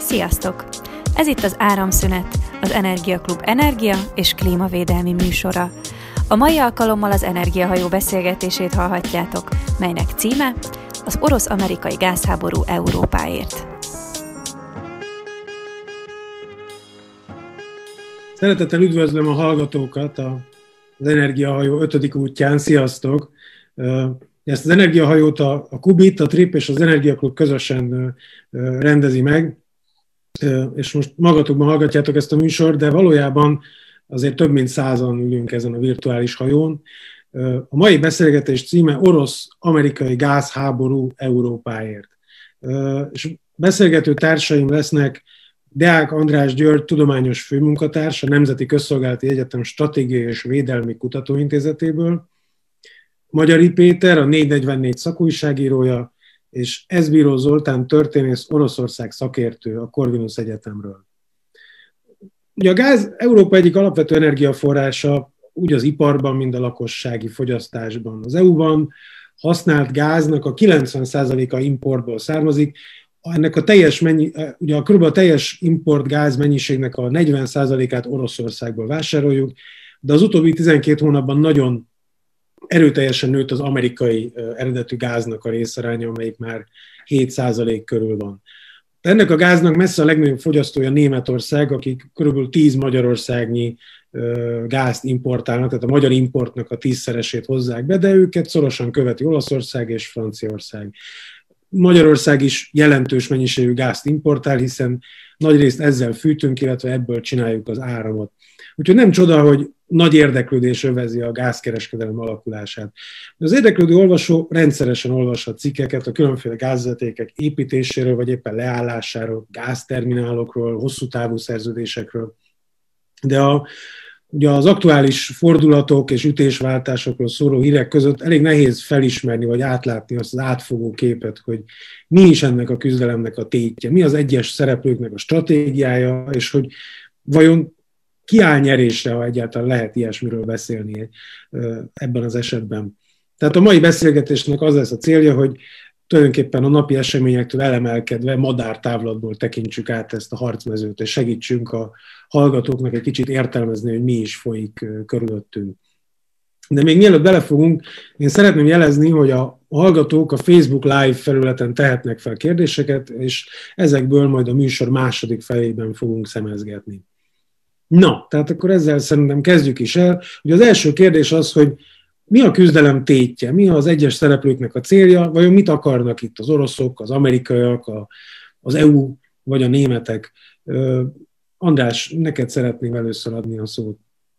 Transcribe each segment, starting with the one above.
Sziasztok! Ez itt az Áramszünet, az Energiaklub energia és klímavédelmi műsora. A mai alkalommal az energiahajó beszélgetését hallhatjátok, melynek címe az orosz-amerikai gázháború Európáért. Szeretettel üdvözlöm a hallgatókat az Energiahajó 5. útján. Sziasztok! Ezt az Energiahajót a Kubit, a Trip és az Energiaklub közösen rendezi meg, és most magatokban hallgatjátok ezt a műsort, de valójában azért több mint 100-an ülünk ezen a virtuális hajón. A mai beszélgetés címe orosz-amerikai gázháború Európáért. És beszélgető társaim lesznek Deák András György tudományos főmunkatárs, a Nemzeti Közszolgálati Egyetem Stratégiai és Védelmi Kutatóintézetéből, Magyari Péter, a 444 szakújságírója, és Eszbíró Zoltán történész, Oroszország szakértő a Corvinus Egyetemről. Ugye a gáz Európa egyik alapvető energiaforrása úgy az iparban, mint a lakossági fogyasztásban. Az EU-ban használt gáznak a 90%-a importból származik, ennek ugye a teljes import gáz mennyiségnek a 40%-át Oroszországból vásároljuk, de az utóbbi 12 hónapban nagyon erőteljesen nőtt az amerikai eredetű gáznak a részaránya, amelyik már 7% körül van. Ennek a gáznak messze a legnagyobb fogyasztója Németország, akik körülbelül 10 magyarországnyi gázt importálnak, tehát a magyar importnak a 10-szeresét hozzák be, de őket szorosan követi Olaszország és Franciaország. Magyarország is jelentős mennyiségű gázt importál, hiszen nagyrészt ezzel fűtünk, illetve ebből csináljuk az áramot. Úgyhogy nem csoda, hogy nagy érdeklődés övezi a gázkereskedelem alakulását. Az érdeklődő olvasó rendszeresen olvashat cikkeket a különféle gázvezetékek építéséről, vagy éppen leállásáról, gázterminálokról, hosszú távú szerződésekről. De ugye az aktuális fordulatok és ütésváltásokról szóló hírek között elég nehéz felismerni, vagy átlátni azt az átfogó képet, hogy mi is ennek a küzdelemnek a tétje, mi az egyes szereplőknek a stratégiája, és hogy vajon ki áll nyerésre, ha egyáltalán lehet ilyesmiről beszélni ebben az esetben. Tehát a mai beszélgetésnek az lesz a célja, hogy tulajdonképpen a napi eseményektől elemelkedve madártávlatból tekintsük át ezt a harcmezőt, és segítsünk a hallgatóknak egy kicsit értelmezni, hogy mi is folyik körülöttünk. De még mielőtt belefogunk, én szeretném jelezni, hogy a hallgatók a Facebook Live felületen tehetnek fel kérdéseket, és ezekből majd a műsor második felében fogunk szemezgetni. Na, tehát akkor ezzel szerintem kezdjük is el. Ugye az első kérdés az, hogy mi a küzdelem tétje, mi az egyes szereplőknek a célja, vajon mit akarnak itt az oroszok, az amerikaiak, az EU vagy a németek. András, neked szeretném először adni a szót.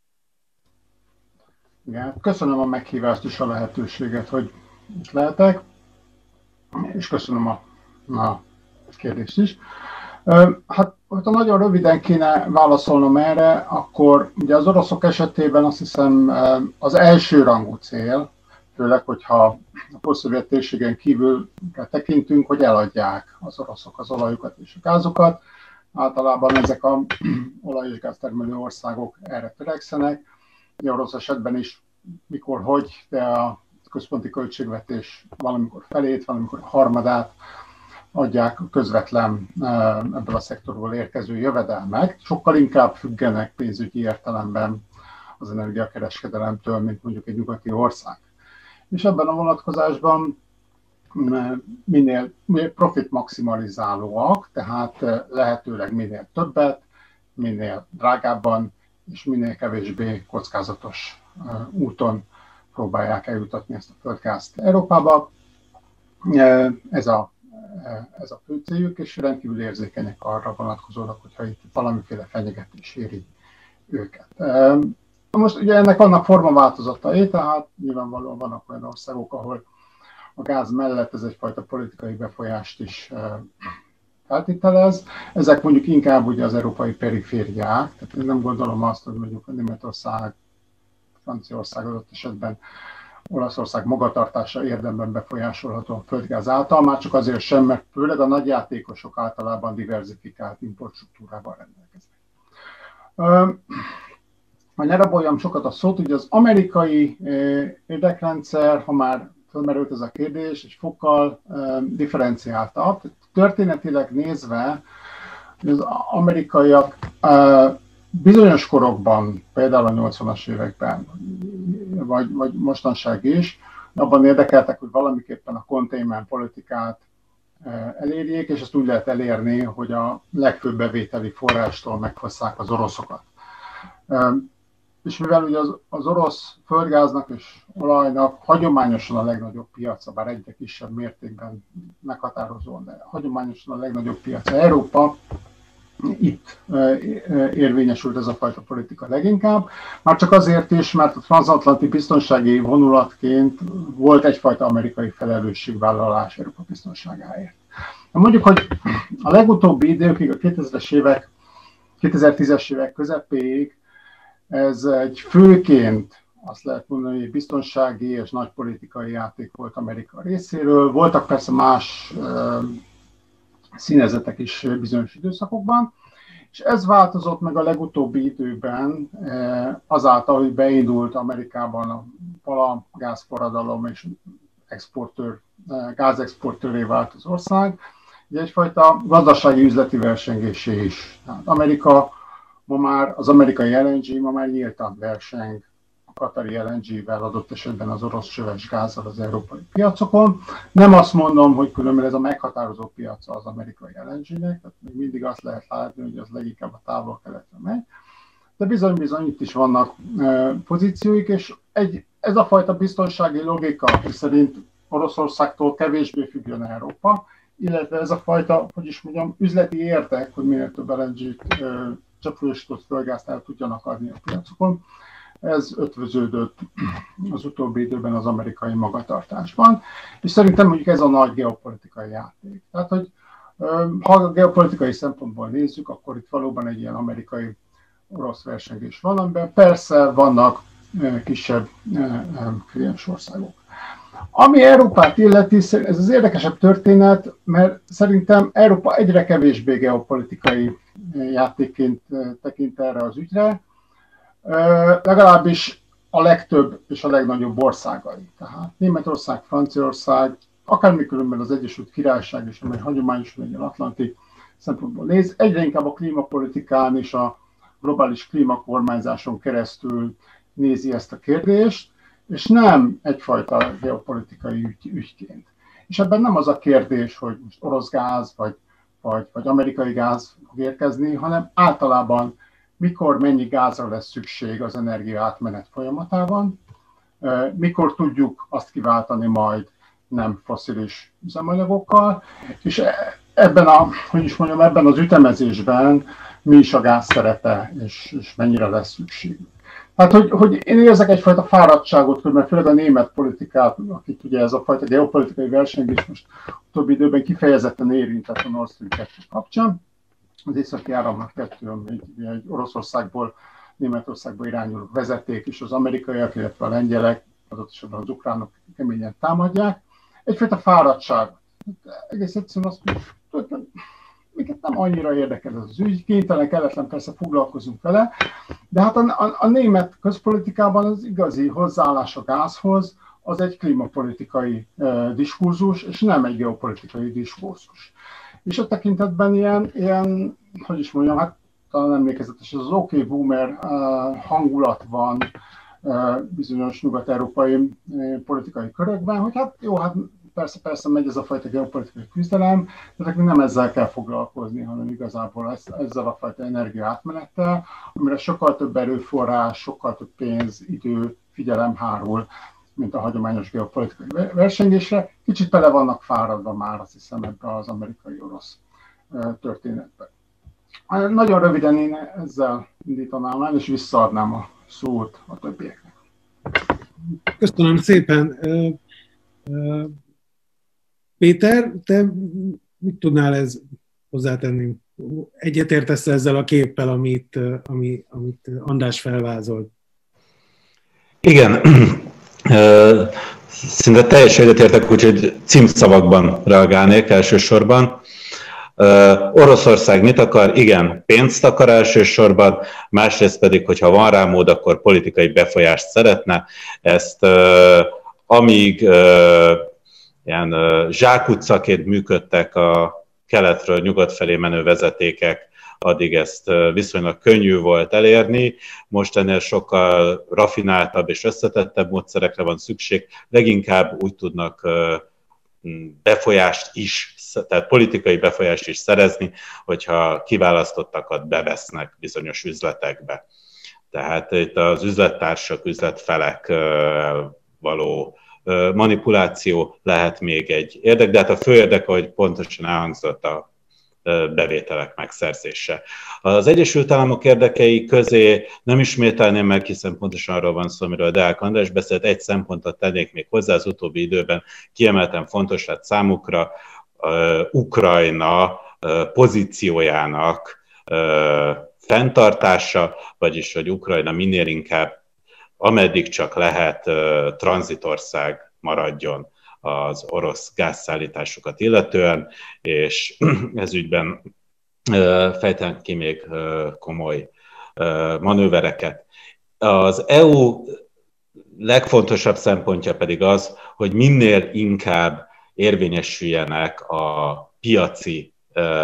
Igen, köszönöm a meghívást és a lehetőséget, hogy itt lehetek, és köszönöm a kérdést is. Hát, ha nagyon röviden kéne válaszolnom erre, akkor ugye az oroszok esetében azt hiszem az elsőrangú cél, főleg, hogyha a posztszovjet térségen kívül tekintünk, hogy eladják az oroszok az olajukat és a gázokat. Általában ezek az olaj- és gáztermelő országok erre törekszenek. Ugye orosz esetben is mikor-hogy, de a központi költségvetés valamikor felét, valamikor harmadát adják közvetlen ebből a szektorból érkező jövedelmek. Sokkal inkább függenek pénzügyi értelemben az energiakereskedelemtől, mint mondjuk egy nyugati ország. És ebben a vonatkozásban minél profit maximalizálóak, tehát lehetőleg minél többet, minél drágábban és minél kevésbé kockázatos úton próbálják eljutatni ezt a földgázt Európába. Ez a fő céljuk, és rendkívül érzékenyek arra vonatkozólag, hogyha itt valamiféle fenyegetés éri őket. Most ugye ennek vannak formaváltozatai, tehát nyilvánvalóan vannak olyan országok, ahol a gáz mellett ez egyfajta politikai befolyást is feltételez. Ezek mondjuk inkább ugye az európai perifériák, tehát én nem gondolom azt, hogy mondjuk a Németország, Franciaország adott esetben Olaszország magatartása érdemben befolyásolható a földgáz által, már csak azért sem, mert főleg a nagyjátékosok általában diverzifikált importstruktúrával rendelkeznek. Ha ne raboljam sokat a szót, ugye az amerikai érdekrendszer, ha már felmerült ez a kérdés, egy fokkal differenciáltabb. Történetileg nézve Az amerikaiak bizonyos korokban, például a 80-as években, vagy mostanság is, abban érdekeltek, hogy valamiképpen a containment politikát elérjék, és ezt úgy lehet elérni, hogy a legfőbb bevételi forrástól megfosszák az oroszokat. És mivel ugye az orosz földgáznak és olajnak hagyományosan a legnagyobb piaca, bár egyre kisebb mértékben meghatározóan, de hagyományosan a legnagyobb piaca Európa, itt érvényesült ez a fajta politika leginkább, már csak azért is, mert a transatlanti biztonsági vonulatként volt egyfajta amerikai felelősségvállalás Európa biztonságáért. Mondjuk, hogy a legutóbbi időkig, a 2010-es évek közepéig ez egy főként azt lehet mondani, hogy biztonsági és nagypolitikai játék volt Amerika részéről. Voltak persze más színezetek is bizonyos időszakokban, és ez változott meg a legutóbbi időben azáltal, hogy beindult Amerikában a palagázforradalom és gázexportőré vált az ország. Ez egyfajta gazdasági üzleti versengésé is. Tehát Amerika ma már, az amerikai LNG ma már nyíltan verseng a katari LNG-vel, adott esetben az orosz csöves gázzal az európai piacokon. Nem azt mondom, hogy különben ez a meghatározó piaca az amerikai LNG-nek, tehát még mindig azt lehet látni, hogy az leginkább a távol-keletre megy. De bizony-bizony itt is vannak pozícióik, és ez a fajta biztonsági logika, szerint Oroszországtól kevésbé függjön Európa, illetve ez a fajta, hogy is mondjam, üzleti érdek, hogy minél több LNG-t csapfolyósított földgázt el tudjanak adni a piacokon. Ez ötvöződött az utóbbi időben az amerikai magatartásban, és szerintem mondjuk ez a nagy geopolitikai játék. Tehát, hogy ha a geopolitikai szempontból nézzük, akkor itt valóban egy ilyen amerikai-orosz versengés van, amiben persze vannak kisebb kliens országok. Ami Európát illeti, ez az érdekesebb történet, mert szerintem Európa egyre kevésbé geopolitikai játékként tekint erre az ügyre, legalábbis a legtöbb és a legnagyobb országai. Tehát Németország, Franciaország, akármikülönben az Egyesült Királyság is, amely hagyományosan egy atlanti szempontból néz, egyre inkább a klímapolitikán és a globális klímakormányzáson keresztül nézi ezt a kérdést, és nem egyfajta geopolitikai ügyként. És ebben nem az a kérdés, hogy most orosz gáz vagy amerikai gáz fog érkezni, hanem általában mikor mennyi gázra lesz szükség az energia átmenet folyamatában, mikor tudjuk azt kiváltani majd nem fosszilis üzemanyagokkal, és ebben az ütemezésben mi is a gáz szerepe, és mennyire lesz szükség. Hát, hogy én érzek egyfajta fáradtságot, mert főleg a német politikát, akit ugye ez a fajta geopolitikai versengés most utóbbi időben kifejezetten érintett a Nord Stream 2 kapcsán. Az északi áramlat 2, egy Oroszországból, Németországba irányuló vezeték, és az amerikaiak, illetve a lengyelek, adott esetben az ukránok keményen támadják. Egyfajta fáradtság. Egész egyszerűen azt mondjuk, minket nem annyira érdekel ez az ügy, kénytelen, kelletlen persze foglalkozunk vele, de hát a német közpolitikában az igazi hozzáállás a gázhoz, az egy klímapolitikai diskurzus, és nem egy geopolitikai diskurzus. És a tekintetben ilyen, hogy is mondjam, hát talán emlékezetes, az OK boomer hangulat van bizonyos nyugat-európai politikai körökben, hogy hát jó, hát persze megy ez a fajta geopolitikai küzdelem, de nekünk nem ezzel kell foglalkozni, hanem igazából ezzel a fajta energia átmenettel, amire sokkal több erőforrás, sokkal több pénz, idő, figyelem hárul, mint a hagyományos geopolitikai versengésre. Kicsit bele vannak fáradva már, azt hiszem, ebbe az amerikai-orosz történetbe. Nagyon röviden én ezzel indítanám el, és visszaadnám a szót a többieknek. Köszönöm szépen. Péter, te mit tudnál ez hozzátenni? Egyetértesz ezzel a képpel, amit András felvázolt? Igen. Szinte teljesen egyetértek, úgyhogy címszavakban reagálnék elsősorban. Oroszország mit akar? Igen, pénzt akar elsősorban, másrészt pedig, hogyha van rá mód, akkor politikai befolyást szeretne. Ezt amíg ilyen zsákutcaként működtek a keletről nyugat felé menő vezetékek addig ezt viszonylag könnyű volt elérni, most ennél sokkal rafináltabb és összetettebb módszerekre van szükség, leginkább úgy tudnak befolyást is, tehát politikai befolyást is szerezni, hogyha kiválasztottakat bevesznek bizonyos üzletekbe. Tehát itt az üzlettársak, üzletfelek való manipuláció lehet még egy érdek, de hát a fő érdek, ahogy pontosan elhangzott, a bevételek megszerzése. Az Egyesült Államok érdekei közé nem ismételném meg, hiszen pontosan arról van szó, amiről Deák András beszélt, egy szempontot tennék még hozzá, az utóbbi időben kiemelten fontos lett számukra Ukrajna pozíciójának fenntartása, vagyis hogy Ukrajna minél inkább, ameddig csak lehet, tranzitország maradjon az orosz gázszállításokat illetően, és ez ügyben fejtenek ki még komoly manővereket. Az EU legfontosabb szempontja pedig az, hogy minél inkább érvényesüljenek a piaci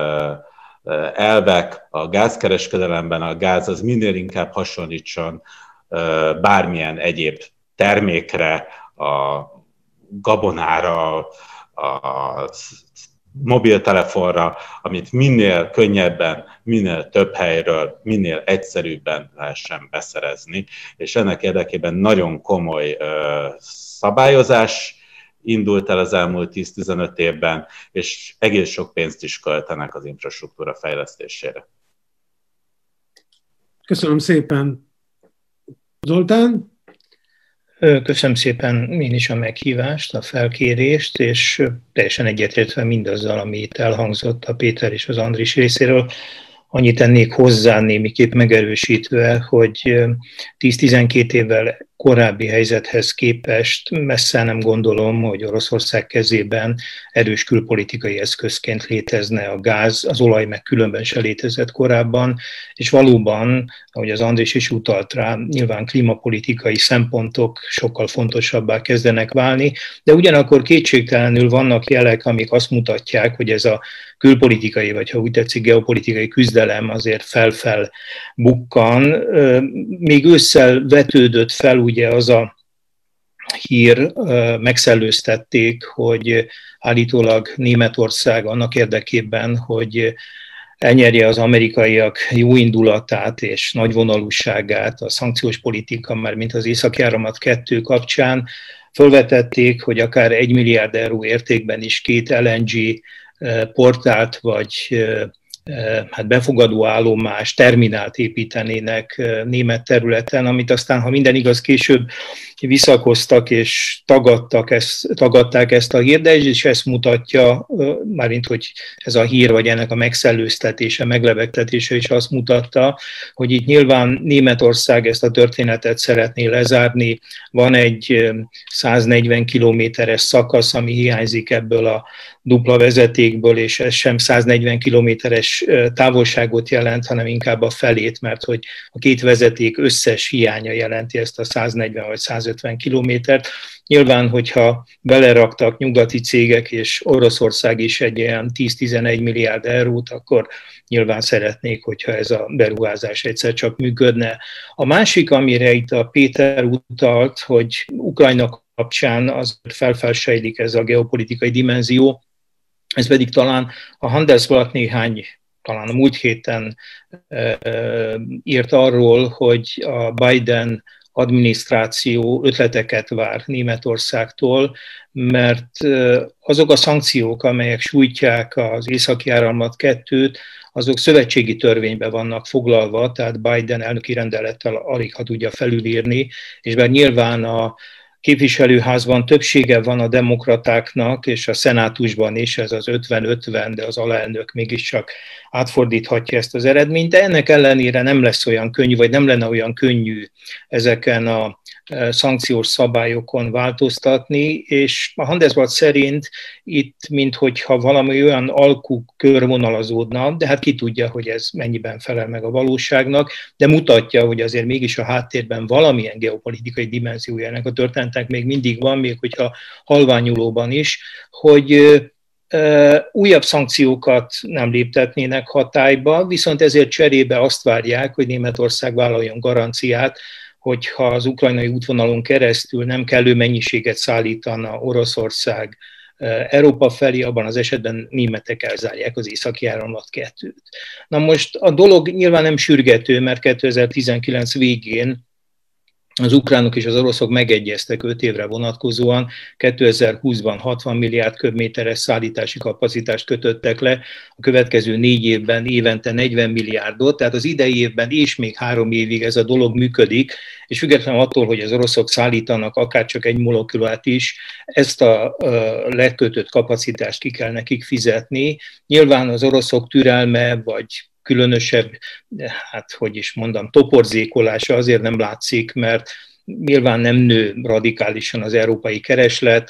elvek a gázkereskedelemben, a gáz az minél inkább hasonlítson bármilyen egyéb termékre, a gabonára, a mobiltelefonra, amit minél könnyebben, minél több helyről, minél egyszerűbben lehessen beszerezni, és ennek érdekében nagyon komoly szabályozás indult el az elmúlt 10-15 évben, és egész sok pénzt is költenek az infrastruktúra fejlesztésére. Köszönöm szépen. Zoltán? Köszönöm szépen én is a meghívást, a felkérést, és teljesen egyetértve mindazzal, ami itt elhangzott a Péter és az Andris részéről. Annyit tennék hozzá némiképp megerősítve, hogy 10-12 évvel korábbi helyzethez képest messze nem gondolom, hogy Oroszország kezében erős külpolitikai eszközként létezne a gáz, az olaj meg különben se létezett korábban, és valóban, ahogy az Andris is utalt rá, nyilván klímapolitikai szempontok sokkal fontosabbá kezdenek válni, de ugyanakkor kétségtelenül vannak jelek, amik azt mutatják, hogy ez a külpolitikai, vagy ha úgy tetszik, geopolitikai küzdelem azért felfel bukkan. Még ősszel vetődött fel ugye az a hír, megszellőztették, hogy állítólag Németország annak érdekében, hogy elnyerje az amerikaiak jó indulatát és nagyvonalúságát a szankciós politika, már mint az Északi-áramlat 2 kapcsán, fölvetették, hogy akár 1 milliárd euró értékben is 2 LNG portált vagy befogadó állomás, terminált építenének német területen, amit aztán, ha minden igaz, később visszakoztak és tagadták ezt a hírt, de és ezt mutatja, mármint hogy ez a hír, vagy ennek a megszellőztetése, meglebegtetése is azt mutatta, hogy itt nyilván Németország ezt a történetet szeretné lezárni. Van egy 140 kilométeres szakasz, ami hiányzik ebből a dupla vezetékből, és ez sem 140 kilométeres távolságot jelent, hanem inkább a felét, mert hogy a 2 vezeték összes hiánya jelenti ezt a 140 vagy 150 kilométert. Nyilván, hogyha beleraktak nyugati cégek és Oroszország is egy olyan 10-11 milliárd eurót, akkor nyilván szeretnék, hogyha ez a beruházás egyszer csak működne. A másik, amire itt a Péter utalt, hogy Ukrajna kapcsán az felfelsejlik ez a geopolitikai dimenzió, ez pedig talán a Handelsblatt talán a múlt héten írt arról, hogy a Biden adminisztráció ötleteket vár Németországtól, mert azok a szankciók, amelyek sújtják az Északi-áramlat 2-t, azok szövetségi törvényben vannak foglalva, tehát Biden elnöki rendelettel alig ha tudja felülírni, és bár nyilván a képviselőházban többsége van a demokratáknak, és a szenátusban is, ez az 50-50, de az alelnök mégiscsak átfordíthatja ezt az eredményt, de ennek ellenére nem lesz olyan könnyű, vagy nem lenne olyan könnyű ezeken a szankciós szabályokon változtatni, és a Handelsblatt szerint itt, minthogyha valami olyan alkú körvonalazódna, de hát ki tudja, hogy ez mennyiben felel meg a valóságnak, de mutatja, hogy azért mégis a háttérben valamilyen geopolitikai dimenziója ennek a történetnek még mindig van, még hogyha halványulóban is, hogy újabb szankciókat nem léptetnének hatályba, viszont ezért cserébe azt várják, hogy Németország vállaljon garanciát, hogyha az ukrajnai útvonalon keresztül nem kellő mennyiséget szállítana Oroszország Európa felé, abban az esetben németek elzárják az északi áramlat 2-t. Na most a dolog nyilván nem sürgető, mert 2019 végén az ukránok és az oroszok megegyeztek 5 évre vonatkozóan, 2020-ban 60 milliárd köbméteres szállítási kapacitást kötöttek le, a következő 4 évben évente 40 milliárdot, tehát az idei évben és még 3 évig ez a dolog működik, és függetlenül attól, hogy az oroszok szállítanak akár csak egy molekulát is, ezt a lekötött kapacitást ki kell nekik fizetni. Nyilván az oroszok türelme vagy különösebb, toporzékolása azért nem látszik, mert nyilván nem nő radikálisan az európai kereslet.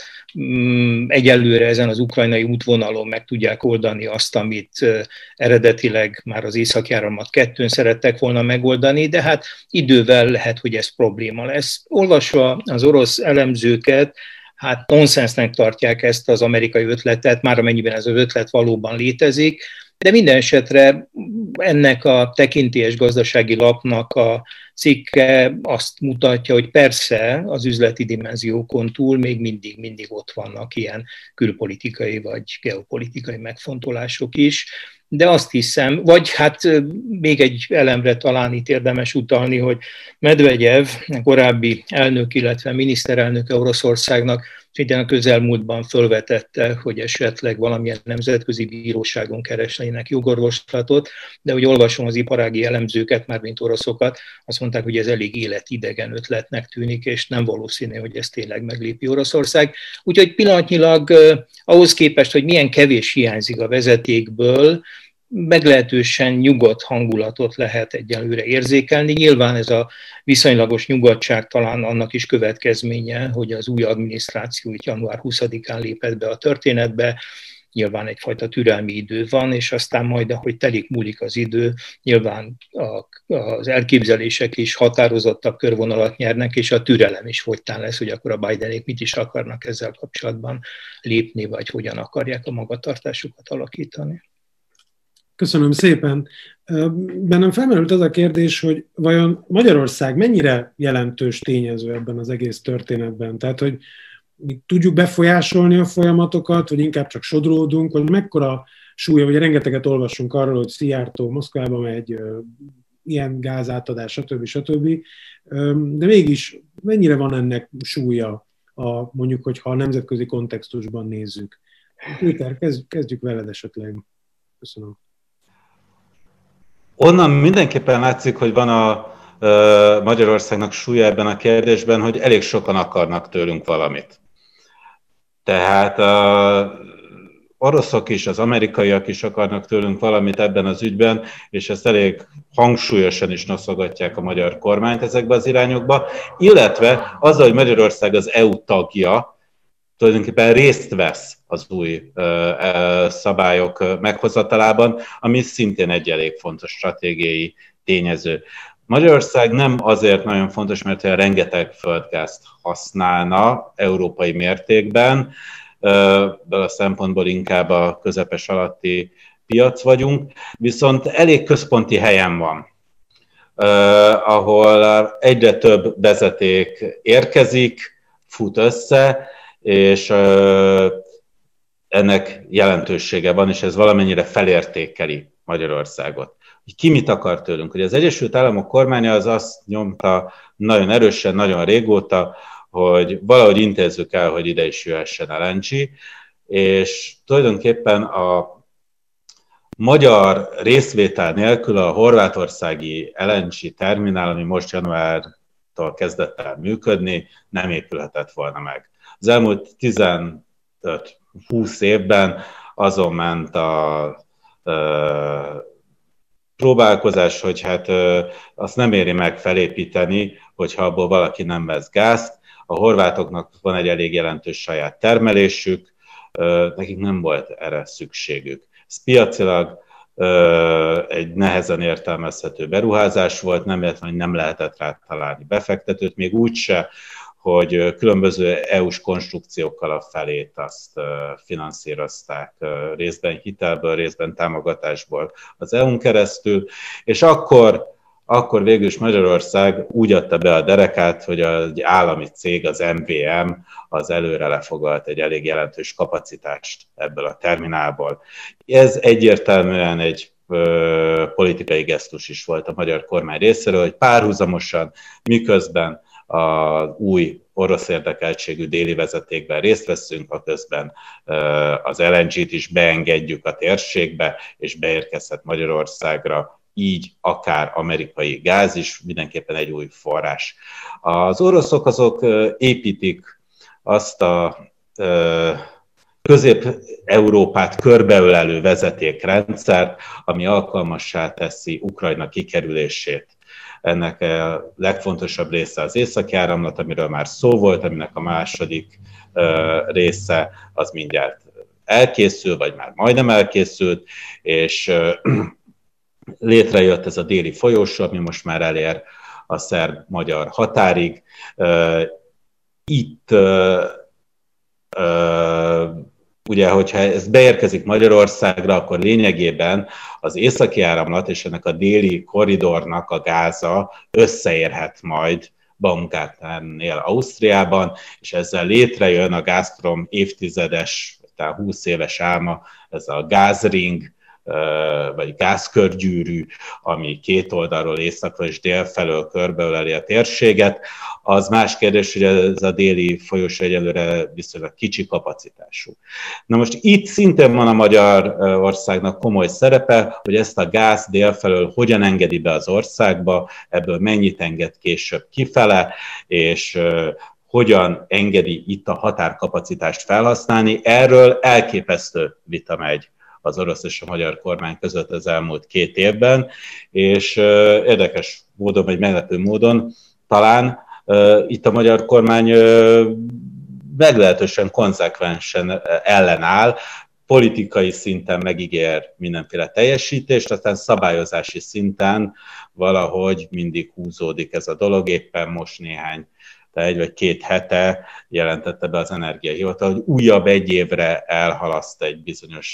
Egyelőre ezen az ukrajnai útvonalon meg tudják oldani azt, amit eredetileg már az északi áramlat 2-n szerettek volna megoldani, de hát idővel lehet, hogy ez probléma lesz. Olvasva az orosz elemzőket, hát nonsensnek tartják ezt az amerikai ötletet, már amennyiben ez az ötlet valóban létezik, de minden esetre ennek a tekintélyes gazdasági lapnak a cikke azt mutatja, hogy persze az üzleti dimenziókon túl még mindig ott vannak ilyen külpolitikai vagy geopolitikai megfontolások is, de azt hiszem, vagy hát még egy elemre talán itt érdemes utalni, hogy Medvegyev, korábbi elnök, illetve miniszterelnök Oroszországnak szintén a közelmúltban fölvetette, hogy esetleg valamilyen nemzetközi bíróságon keresnének jogorvoslatot, de hogy olvasom az iparági elemzőket, mármint oroszokat, azt mondták, hogy ez elég életidegen ötletnek tűnik, és nem valószínű, hogy ez tényleg meglépi Oroszország. Úgyhogy pillanatnyilag ahhoz képest, hogy milyen kevés hiányzik a vezetékből, meglehetősen nyugodt hangulatot lehet egyelőre érzékelni. Nyilván ez a viszonylagos nyugodtság talán annak is következménye, hogy az új adminisztráció itt január 20-án lépett be a történetbe, nyilván egyfajta türelmi idő van, és aztán majd, ahogy telik múlik az idő, nyilván az elképzelések is határozottabb körvonalat nyernek, és a türelem is fogytán lesz, hogy akkor a Bidenék mit is akarnak ezzel kapcsolatban lépni, vagy hogyan akarják a magatartásukat alakítani. Köszönöm szépen. Bennem felmerült az a kérdés, hogy vajon Magyarország mennyire jelentős tényező ebben az egész történetben? Tehát, hogy mi tudjuk befolyásolni a folyamatokat, vagy inkább csak sodródunk, vagy mekkora súlya, vagy rengeteget olvasunk arról, hogy Szijjártó Moszkvába megy, ilyen gázátadás, stb. De mégis mennyire van ennek súlya, mondjuk, hogyha a nemzetközi kontextusban nézzük? Péter, kezdjük veled esetleg. Köszönöm. Onnan mindenképpen látszik, hogy van a Magyarországnak súlya ebben a kérdésben, hogy elég sokan akarnak tőlünk valamit. Tehát az oroszok is, az amerikaiak is akarnak tőlünk valamit ebben az ügyben, és ezt elég hangsúlyosan is noszogatják a magyar kormányt ezekbe az irányokba, illetve azzal, hogy Magyarország az EU tagja, tulajdonképpen részt vesz az új szabályok meghozatalában, ami szintén egy elég fontos stratégiai tényező. Magyarország nem azért nagyon fontos, mert rengeteg földgázt használna európai mértékben, de a szempontból inkább a közepes alatti piac vagyunk, viszont elég központi helyen van, ahol egyre több vezeték érkezik, fut össze, és ennek jelentősége van, és ez valamennyire felértékeli Magyarországot. Ki mit akar tőlünk? Hogy az Egyesült Államok kormánya az azt nyomta nagyon erősen, nagyon régóta, hogy valahogy intézzük el, hogy ide is jöhessen LNG, és tulajdonképpen a magyar részvétel nélkül a horvátországi LNG terminál, ami most januártól kezdett el működni, nem épülhetett volna meg. Az elmúlt 15-20 évben azon ment a próbálkozás, hogy hát azt nem éri meg felépíteni, hogyha abból valaki nem vesz gázt. A horvátoknak van egy elég jelentős saját termelésük, nekik nem volt erre szükségük. Ez piacilag egy nehezen értelmezhető beruházás volt, nem lehetett rá találni befektetőt, még úgyse, hogy különböző EU-s konstrukciókkal a felét azt finanszírozták, részben hitelből, részben támogatásból az EU-n keresztül, és akkor végül is Magyarország úgy adta be a derekát, hogy egy állami cég, az MVM, az előre lefoglalt egy elég jelentős kapacitást ebből a terminálból. Ez egyértelműen egy politikai gesztus is volt a magyar kormány részéről, hogy párhuzamosan, miközben az új orosz érdekeltségű déli vezetékben részt veszünk, aközben az LNG-t is beengedjük a térségbe, és beérkezhet Magyarországra, így akár amerikai gáz is, mindenképpen egy új forrás. Az oroszok azok építik azt a Közép-Európát körbeölelő vezetékrendszert, ami alkalmassá teszi Ukrajna kikerülését. Ennek a legfontosabb része az északi áramlat, amiről már szó volt, aminek a második része az mindjárt elkészül, vagy már majdnem elkészült, és létrejött ez a déli folyósó, ami most már elér a szerb-magyar határig. Itt ugye, hogyha ez beérkezik Magyarországra, akkor lényegében az északi áramlat és ennek a déli korridornak a gáza összeérhet majd Baumgartennél Ausztriában, és ezzel létrejön a Gazprom évtizedes, tehát 20 éves álma, ez a gázring, vagy gázkörgyűrű, ami két oldalról, északról és dél felől körbeöleli a térséget. Az más kérdés, hogy ez a déli folyosó egyelőre viszonylag kicsi kapacitású. Na most itt szintén van a Magyarországnak komoly szerepe, hogy ezt a gáz dél felől hogyan engedi be az országba, ebből mennyit enged később kifele, és hogyan engedi itt a határkapacitást felhasználni. Erről elképesztő vita megy az orosz és a magyar kormány között az elmúlt 2 évben, és érdekes módon, vagy meglepő módon talán itt a magyar kormány meglehetősen konzekvensen ellenáll, politikai szinten megígér mindenféle teljesítést, aztán szabályozási szinten valahogy mindig húzódik ez a dolog, éppen most egy vagy 2 hete jelentette be az Energiahivatal, hogy újabb 1 évre elhalaszt egy bizonyos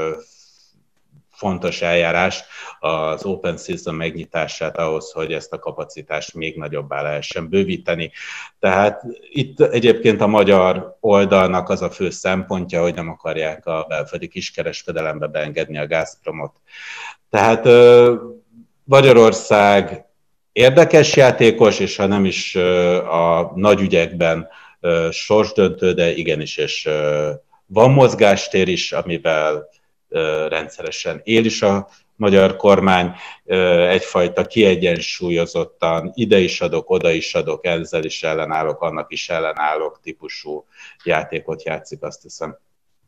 fontos eljárást, az Open Season megnyitását ahhoz, hogy ezt a kapacitást még nagyobbá lehessen bővíteni. Tehát itt egyébként a magyar oldalnak az a fő szempontja, hogy nem akarják a belföldi kiskereskedelembe beengedni a Gazpromot. Tehát Magyarország érdekes játékos, és ha nem is a nagy ügyekben sorsdöntő, de igenis, és van mozgástér is, amivel rendszeresen él is a magyar kormány, egyfajta kiegyensúlyozottan ide is adok, oda is adok, ezzel is ellenállok, annak is ellenállok típusú játékot játszik, azt hiszem.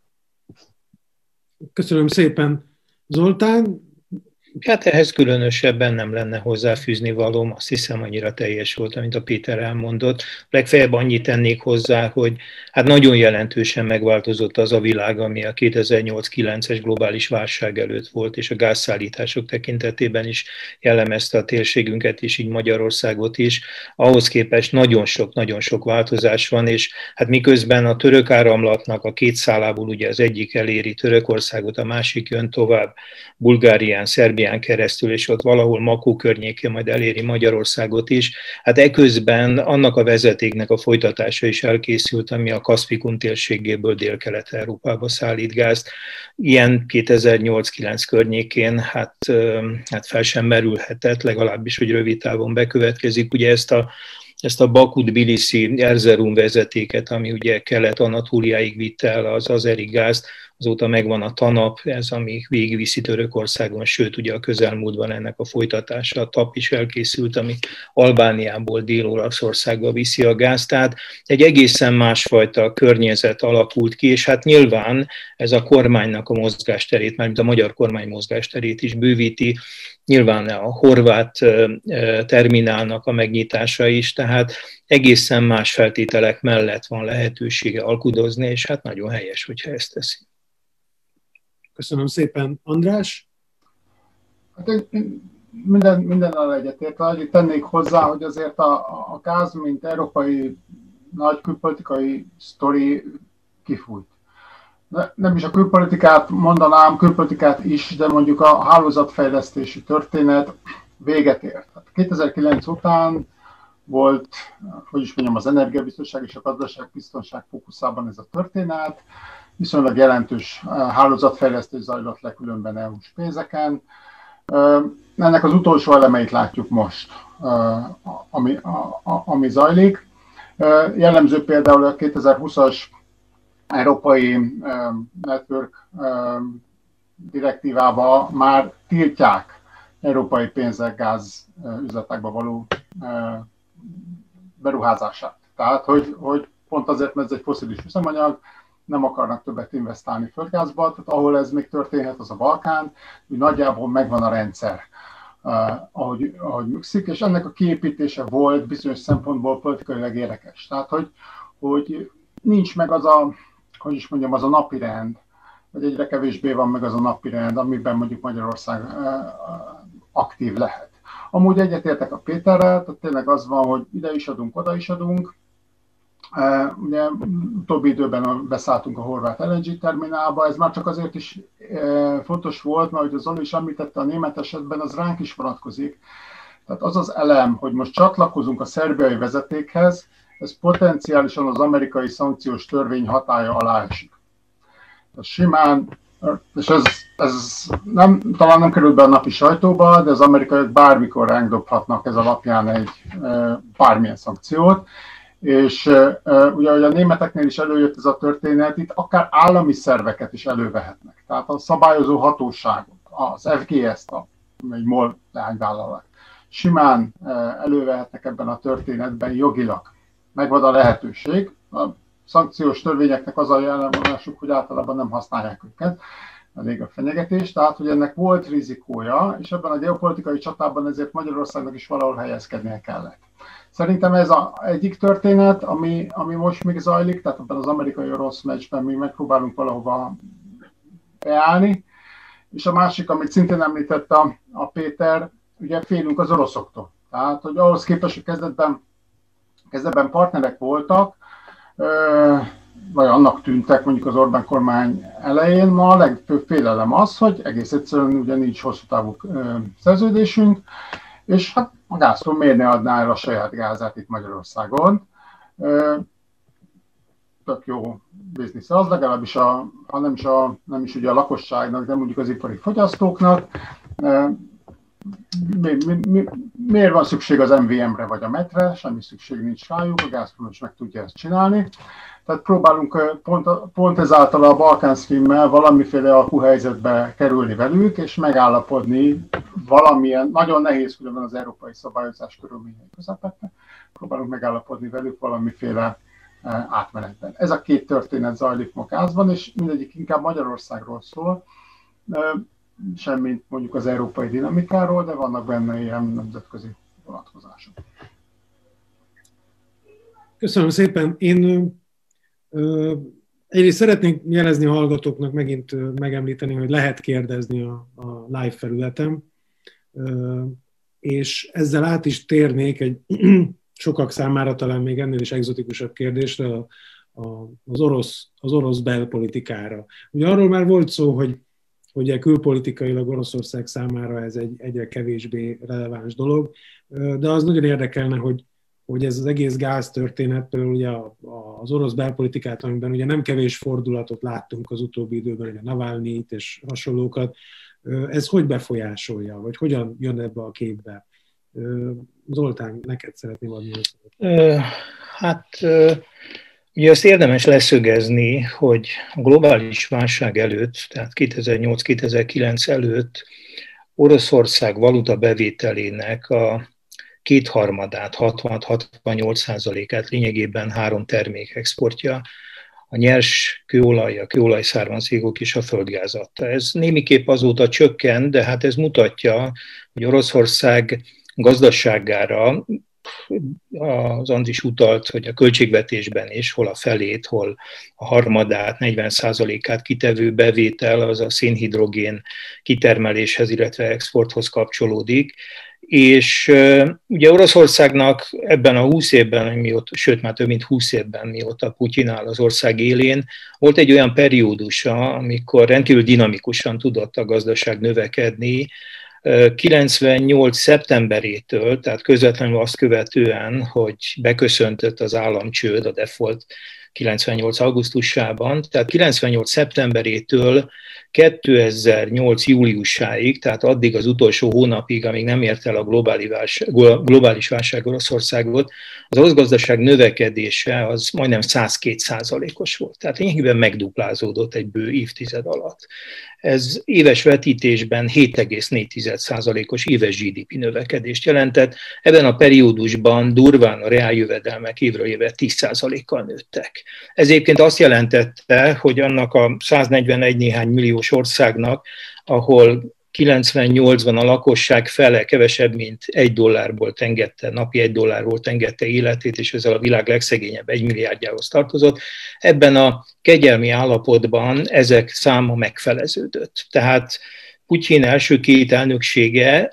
Köszönöm szépen, Zoltán. Hát ehhez különösebben nem lenne hozzáfűzni valóm, azt hiszem annyira teljes volt, amit a Péter elmondott. Legfeljebb annyit tennék hozzá, hogy hát nagyon jelentősen megváltozott az a világ, ami a 2008-9-es globális válság előtt volt, és a gázszállítások tekintetében is jellemezte a térségünket, és így Magyarországot is. Ahhoz képest nagyon sok változás van, és hát miközben a török áramlatnak a 2 szálából ugye az egyik eléri Törökországot, a másik jön tovább Bulgárián, Szerbián keresztül, és ott valahol Makó környékén majd eléri Magyarországot is. Hát eközben annak a vezetéknek a folytatása is elkészült, ami a Kaszpikum térségéből Dél-Kelet-Európába szállít gázt. Ilyen 2008-9 környékén hát fel sem merülhetett, legalábbis, hogy rövid távon bekövetkezik. Ugye ezt a Baku-Tbilisi-Erzurum vezetéket, ami ugye Kelet-Anatóliáig vitte el az azeri gázt, azóta megvan a TANAP, ez ami végigviszi Törökországon, sőt ugye a közelmúltban ennek a folytatása, a TAP is elkészült, ami Albániából Dél-Olaszországba viszi a gázt, tehát egy egészen másfajta környezet alakult ki, és hát nyilván ez a kormánynak a mozgásterét, mármint a magyar kormány mozgásterét is bővíti, nyilván a horvát terminálnak a megnyitása is, tehát egészen más feltételek mellett van lehetősége alkudozni, és hát nagyon helyes, hogyha ezt teszi. Köszönöm szépen. András? Hát mindennel egyetértve, annyit tennék hozzá, hogy azért a gáz, mint európai nagy külpolitikai sztori kifújt. Nem is a külpolitikát mondanám, külpolitikát is, de mondjuk a hálózatfejlesztési történet véget ért. 2009 után volt, hogy is mondjam, az energiabiztonság és a gazdaságbiztonság fókuszában ez a történet. Viszonylag jelentős hálózatfejlesztés zajlott le különben EU-s pénzeken. Ennek az utolsó elemeit látjuk most, ami zajlik. Jellemző például a 2020-as európai network direktívába már tiltják európai pénzek gáz üzletekbe való beruházását. Tehát, hogy pont azért, mert ez egy fosszilis üzemanyag, nem akarnak többet investálni földgázba, tehát ahol ez még történhet, az a Balkán, úgy nagyjából megvan a rendszer, ahogy működik, és ennek a kiépítése volt bizonyos szempontból politikailag érdekes. Tehát, hogy nincs meg az a, hogy is mondjam, az a napirend, vagy egyre kevésbé van meg az a napirend, amiben mondjuk Magyarország aktív lehet. Amúgy egyetértek a Péterrel, tehát tényleg az van, hogy ide is adunk, oda is adunk. Ugye utóbbi időben beszálltunk a horvát LNG terminálba, ez már csak azért is fontos volt, mert ahogy az Zoli is említette, a német esetben az ránk is vonatkozik. Tehát az az elem, hogy most csatlakozunk a szerbiai vezetékhez, ez potenciálisan az amerikai szankciós törvény hatálya alá esik. Simán, és ez talán nem került be a napi sajtóba, de az amerikaiak bármikor ránk dobhatnak ez alapján egy bármilyen szankciót. És ugye, hogy a németeknél is előjött ez a történet, itt akár állami szerveket is elővehetnek. Tehát a szabályozó hatóságot, az FGS-t, egy MOL leányvállalat, simán elővehetnek ebben a történetben jogilag. Megvan a lehetőség. A szankciós törvényeknek az a jellemvonásuk, hogy általában nem használják őket, elég a fenyegetés, tehát hogy ennek volt rizikója, és ebben a geopolitikai csatában ezért Magyarországnak is valahol helyezkednie kellett. Szerintem ez az egyik történet, ami most még zajlik, tehát ebben az amerikai-orosz meccsben mi megpróbálunk valahova beállni, és a másik, amit szintén említett a Péter, ugye félünk az oroszoktól. Tehát, hogy ahhoz képest, hogy kezdetben partnerek voltak, vagy annak tűntek mondjuk az Orbán kormány elején, ma a legfőbb félelem az, hogy egész egyszerűen ugye nincs hosszú távú szerződésünk, és hát a Gazprom miért ne adná el a saját gázát itt Magyarországon. Tök jó biznisz az, legalábbis nem is ugye a lakosságnak, de mondjuk az ipari fogyasztóknak. Miért van szükség az MVM-re vagy a MET-re? Semmi szükség nincs rájuk, a Gazprom is meg tudja ezt csinálni. Tehát próbálunk pont ezáltal a Balkán Stream-mel valamiféle alkuhelyzetbe kerülni velük, és megállapodni valamilyen, nagyon nehéz különben az európai szabályozás körülményei közepette, próbálunk megállapodni velük valamiféle átmenetben. Ez a két történet zajlik ma gázban, és mindegyik inkább Magyarországról szól, semmint mondjuk az európai dinamikáról, de vannak benne ilyen nemzetközi vonatkozások. Köszönöm szépen. Én egyrészt szeretnék jelezni a hallgatóknak, megint megemlíteni, hogy lehet kérdezni a live felületem, és ezzel át is térnék egy sokak számára talán még ennél is egzotikusabb kérdésre, az orosz belpolitikára. Ugye arról már volt szó, hogy ugye külpolitikailag Oroszország számára ez egy egyre kevésbé releváns dolog, de az nagyon érdekelne, hogy ez az egész gáz történet, például ugye az orosz belpolitikát, amiben ugye nem kevés fordulatot láttunk az utóbbi időben, ugye Navalnyit és hasonlókat, ez hogy befolyásolja, vagy hogyan jön ebbe a képbe? Zoltán, neked szeretném adni a szót. Ugye azt érdemes leszögezni, hogy a globális válság előtt, tehát 2008-2009 előtt Oroszország valuta bevételének a kétharmadát, 60-68%-át lényegében 3 termék exportja, a nyers kőolaj, a kőolajszármazékok és a földgáz adta. Ez némiképp azóta csökkent, de hát ez mutatja, hogy Oroszország gazdaságára, az Andris utalt, hogy a költségvetésben is, hol a felét, hol a harmadát, 40%-át kitevő bevétel, az a szénhidrogén kitermeléshez, illetve exporthoz kapcsolódik, És ugye Oroszországnak ebben a 20 évben, sőt már több mint 20 évben, mióta Putyin áll az ország élén, volt egy olyan periódusa, amikor rendkívül dinamikusan tudott a gazdaság növekedni. 98. szeptemberétől, tehát közvetlenül azt követően, hogy beköszöntött az államcsőd, a default 98. augusztusában, tehát 98. szeptemberétől 2008. júliusáig, tehát addig az utolsó hónapig, amíg nem ért el a globális válság Oroszországot, az orosz gazdaság növekedése az majdnem 102%-os volt. Tehát lényegében megduplázódott egy bő évtized alatt. Ez éves vetítésben 7,4%-os éves GDP növekedést jelentett. Ebben a periódusban durván a reáljövedelmek évről évre 10%-kal nőttek. Ez egyébként azt jelentette, hogy annak a 141 néhány milliós országnak, ahol 98-ban a lakosság fele kevesebb, mint $1 engedte, napi $1 engedte életét, és ezzel a világ legszegényebb 1 milliárdjához tartozott. Ebben a kegyelmi állapotban ezek száma megfeleződött. Tehát Putyin első 2 elnöksége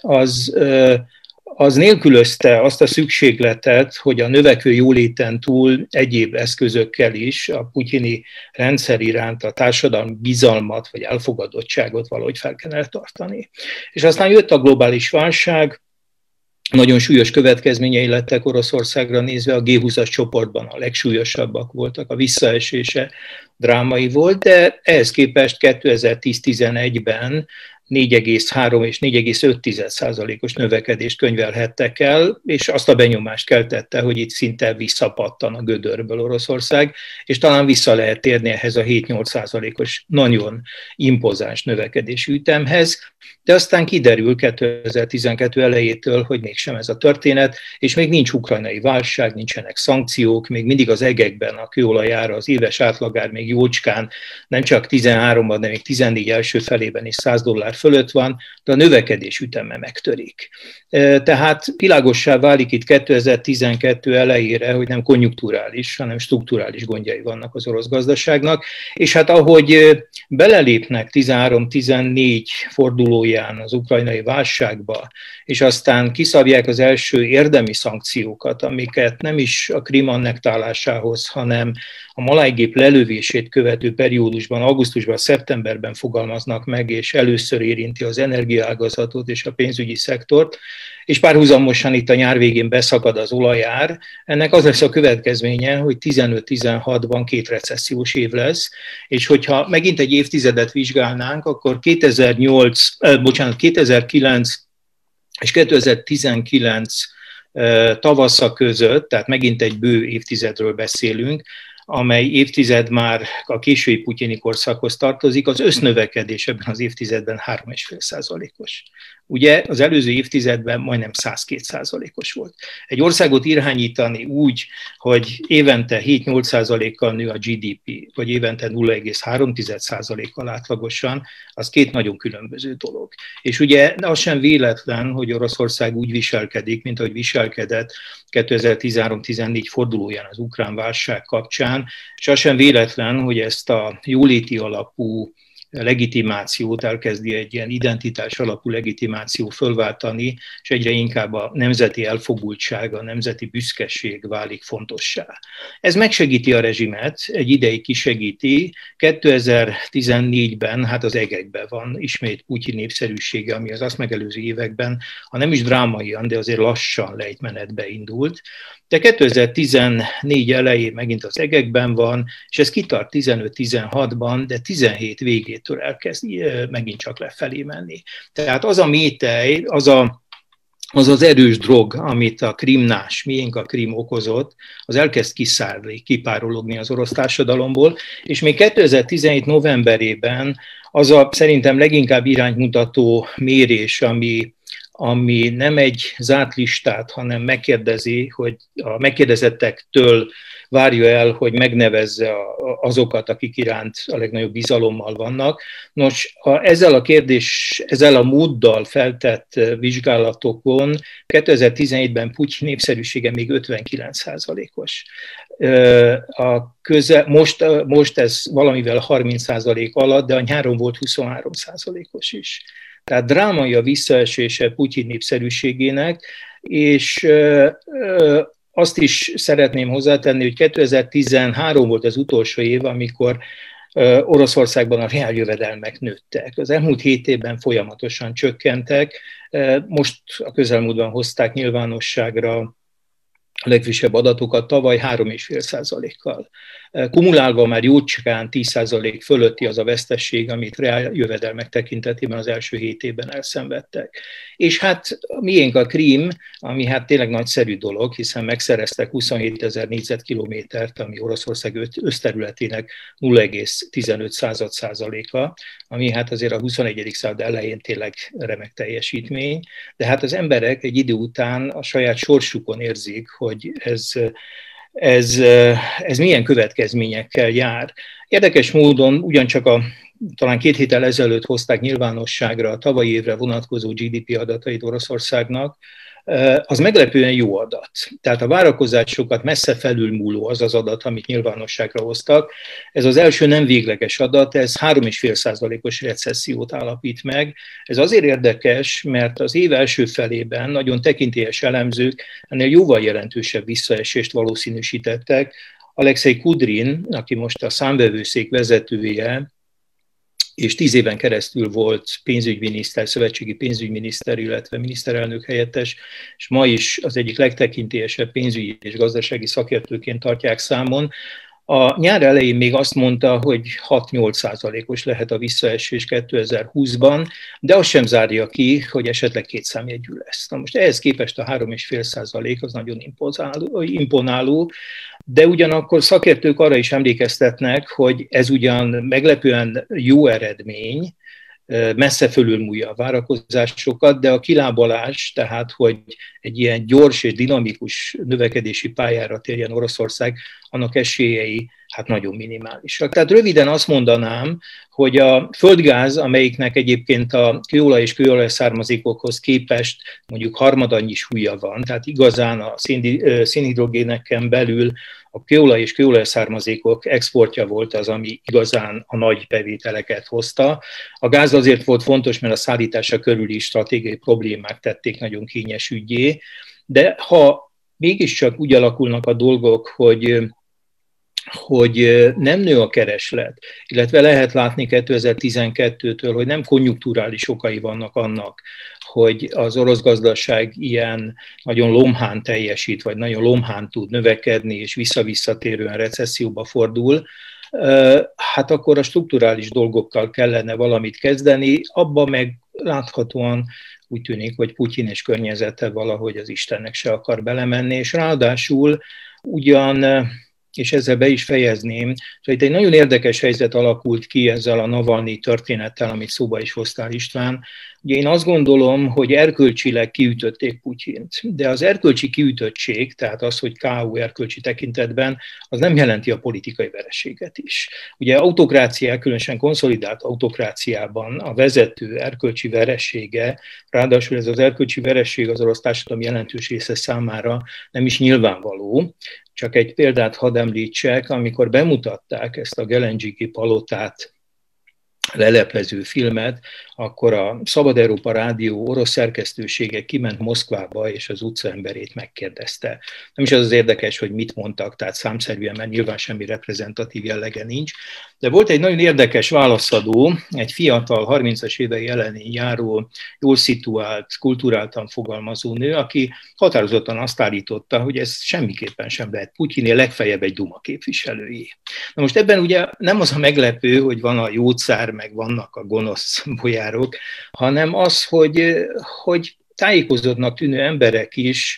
az nélkülözte azt a szükségletet, hogy a növekvő jóléten túl egyéb eszközökkel is a putyini rendszer iránt a társadalmi bizalmat vagy elfogadottságot valahogy fel kellene tartani. És aztán jött a globális válság, nagyon súlyos következményei lettek Oroszországra nézve, a G20-as csoportban a legsúlyosabbak voltak, a visszaesése drámai volt, de ehhez képest 2010-11-ben 4,3 és 4,5%-os növekedést könyvelhettek el, és azt a benyomást keltette, hogy itt szinte visszapattan a gödörből Oroszország, és talán vissza lehet térni ehhez a 7-8%-os nagyon impozáns növekedési ütemhez, de aztán kiderül 2012 elejétől, hogy mégsem ez a történet, és még nincs ukrajnai válság, nincsenek szankciók, még mindig az egekben a kőolajára az éves átlagár még jócskán, nem csak 13-ban, de még 14 első felében is $100 fölött van, de a növekedés üteme megtörik. Tehát világossá válik itt 2012 elejére, hogy nem konjunkturális, hanem strukturális gondjai vannak az orosz gazdaságnak, és hát ahogy belelépnek 13-14 fordulóján az ukrajnai válságba, és aztán kiszabják az első érdemi szankciókat, amiket nem is a Krím annektálásához, hanem a Malajgép lelövését követő periódusban, augusztusban, szeptemberben fogalmaznak meg, és először érinti az energiaágazatot és a pénzügyi szektort, és párhuzamosan itt a nyár végén beszakad az olajár. Ennek az lesz a következménye, hogy 15-16-ban 2 recessziós év lesz, és hogyha megint egy évtizedet vizsgálnánk, akkor 2009 és 2019 tavasza között, tehát megint egy bő évtizedről beszélünk, amely évtized már a késői putyini korszakhoz tartozik, az össznövekedés ebben az évtizedben 3,5%-os. Ugye az előző évtizedben majdnem 102%-os volt. Egy országot irányítani úgy, hogy évente 7-8%-kal nő a GDP, vagy évente 0,3%-kal átlagosan, az 2 nagyon különböző dolog. És ugye az sem véletlen, hogy Oroszország úgy viselkedik, mint ahogy viselkedett 2013-14 fordulóján az ukrán válság kapcsán, és az sem véletlen, hogy ezt a jóléti alapú legitimációt elkezdi egy ilyen identitás alapú legitimáció fölváltani, és egyre inkább a nemzeti elfogultság, a nemzeti büszkeség válik fontossá. Ez megsegíti a rezsimet, egy ideig kisegíti. 2014-ben, hát az egekben van ismét Putyin népszerűsége, ami az azt megelőző években, ha nem is drámaian, de azért lassan lejtmenetbe indult. De 2014 elején megint az egekben van, és ez kitart 15-16-ban, de 17 végétől elkezd megint csak lefelé menni. Tehát az a métej, az erős drog, amit a krímnás, miénk a Krím okozott, az elkezd kiszárni, kipárologni az orosz társadalomból, és még 2017 novemberében az a szerintem leginkább iránymutató mérés, ami nem egy zárt listát, hanem megkérdezi, hogy a megkérdezettektől várja el, hogy megnevezze azokat, akik iránt a legnagyobb bizalommal vannak. Nos, ezzel a móddal feltett vizsgálatokon 2017-ben Putyin népszerűsége még 59%-os. Most ez valamivel 30% alatt, de a nyáron volt 23%-os is. Tehát drámai a visszaesése Putyin népszerűségének, és azt is szeretném hozzátenni, hogy 2013 volt az utolsó év, amikor Oroszországban a reáljövedelmek nőttek. Az elmúlt 7 évben folyamatosan csökkentek. Most a közelmúltban hozták nyilvánosságra a legfrissebb adatokat, tavaly 3,5%-kal. Kumulálva már jócskán 10% fölötti az a vesztesség, amit reáljövedelmek tekintetében az első 7 évben elszenvedtek. És hát miénk a Krím, ami hát tényleg nagyszerű dolog, hiszen megszereztek 27 000 négyzetkilométert, ami Oroszország összterületének 0,15%-a, ami hát azért a 21. század elején tényleg remek teljesítmény, de hát az emberek egy idő után a saját sorsukon érzik, hogy ez milyen következményekkel jár. Érdekes módon ugyancsak talán 2 héttel ezelőtt hozták nyilvánosságra a tavalyi évre vonatkozó GDP adatait Oroszországnak, az meglepően jó adat. Tehát a várakozásokat messze felülmúló az az adat, amit nyilvánosságra hoztak. Ez az első nem végleges adat, ez 3,5%-os recessziót állapít meg. Ez azért érdekes, mert az év első felében nagyon tekintélyes elemzők ennél jóval jelentősebb visszaesést valószínűsítettek. Alexei Kudrin, aki most a számvevőszék vezetője, és 10 éven keresztül volt pénzügyminiszter, szövetségi pénzügyminiszter, illetve miniszterelnök helyettes, és ma is az egyik legtekintélyesebb pénzügyi és gazdasági szakértőként tartják számon. A nyár elején még azt mondta, hogy 6-8%-os lehet a visszaesés 2020-ban, de azt sem zárja ki, hogy esetleg 2 számjegyű lesz. Na most ehhez képest a 3,5% az nagyon imponáló, de ugyanakkor szakértők arra is emlékeztetnek, hogy ez ugyan meglepően jó eredmény, messze fölülmúlja a várakozásokat, de a kilábalás, tehát hogy egy ilyen gyors és dinamikus növekedési pályára térjen Oroszország, annak esélyei hát nagyon minimálisak. Tehát röviden azt mondanám, hogy a földgáz, amelyiknek egyébként a kőolaj és kőolaj származékokhoz képest mondjuk harmadannyi súlya van, tehát igazán a szénhidrogéneken belül a kőolaj és kőolaj származékok exportja volt az, ami igazán a nagy bevételeket hozta. A gáz azért volt fontos, mert a szállítása körüli stratégiai problémák tették nagyon kényes üggyé, de ha mégiscsak úgy alakulnak a dolgok, hogy nem nő a kereslet, illetve lehet látni 2012-től, hogy nem konjunkturális okai vannak annak, hogy az orosz gazdaság ilyen nagyon lomhán teljesít, vagy nagyon lomhán tud növekedni, és visszavisszatérően recesszióba fordul, hát akkor a strukturális dolgokkal kellene valamit kezdeni, abban meg láthatóan úgy tűnik, hogy Putyin és környezete valahogy az Istennek se akar belemenni, és ráadásul ugyan, és ezzel be is fejezném, hogy itt egy nagyon érdekes helyzet alakult ki ezzel a Navalnyi történettel, amit szóba is hoztál, István. Ugye én azt gondolom, hogy erkölcsileg kiütötték Putyint, de az erkölcsi kiütöttség, tehát az, hogy K.O. erkölcsi tekintetben, az nem jelenti a politikai vereséget is. Ugye autokráciák, különösen konszolidált autokráciában a vezető erkölcsi veresége, ráadásul ez az erkölcsi veresség az orosz társadalom jelentős része számára nem is nyilvánvaló. Csak egy példát hadd említsek, amikor bemutatták ezt a Gelendzsiki palotát leleplező filmet, akkor a Szabad Európa Rádió orosz szerkesztősége kiment Moszkvába, és az utcaemberét megkérdezte. Nem is az érdekes, hogy mit mondtak, tehát számszerűen, mert nyilván semmi reprezentatív jellege nincs, de volt egy nagyon érdekes válaszadó, egy fiatal, 30-as évei elején járó, jól szituált, kulturáltan fogalmazó nő, aki határozottan azt állította, hogy ez semmiképpen sem lehet Putyinél, legfeljebb egy Duma képviselőjé. Na most ebben ugye nem az a meglepő, hogy van a jó cár, meg vannak a gonosz bolyárok, hanem az, hogy tájékozottnak tűnő emberek is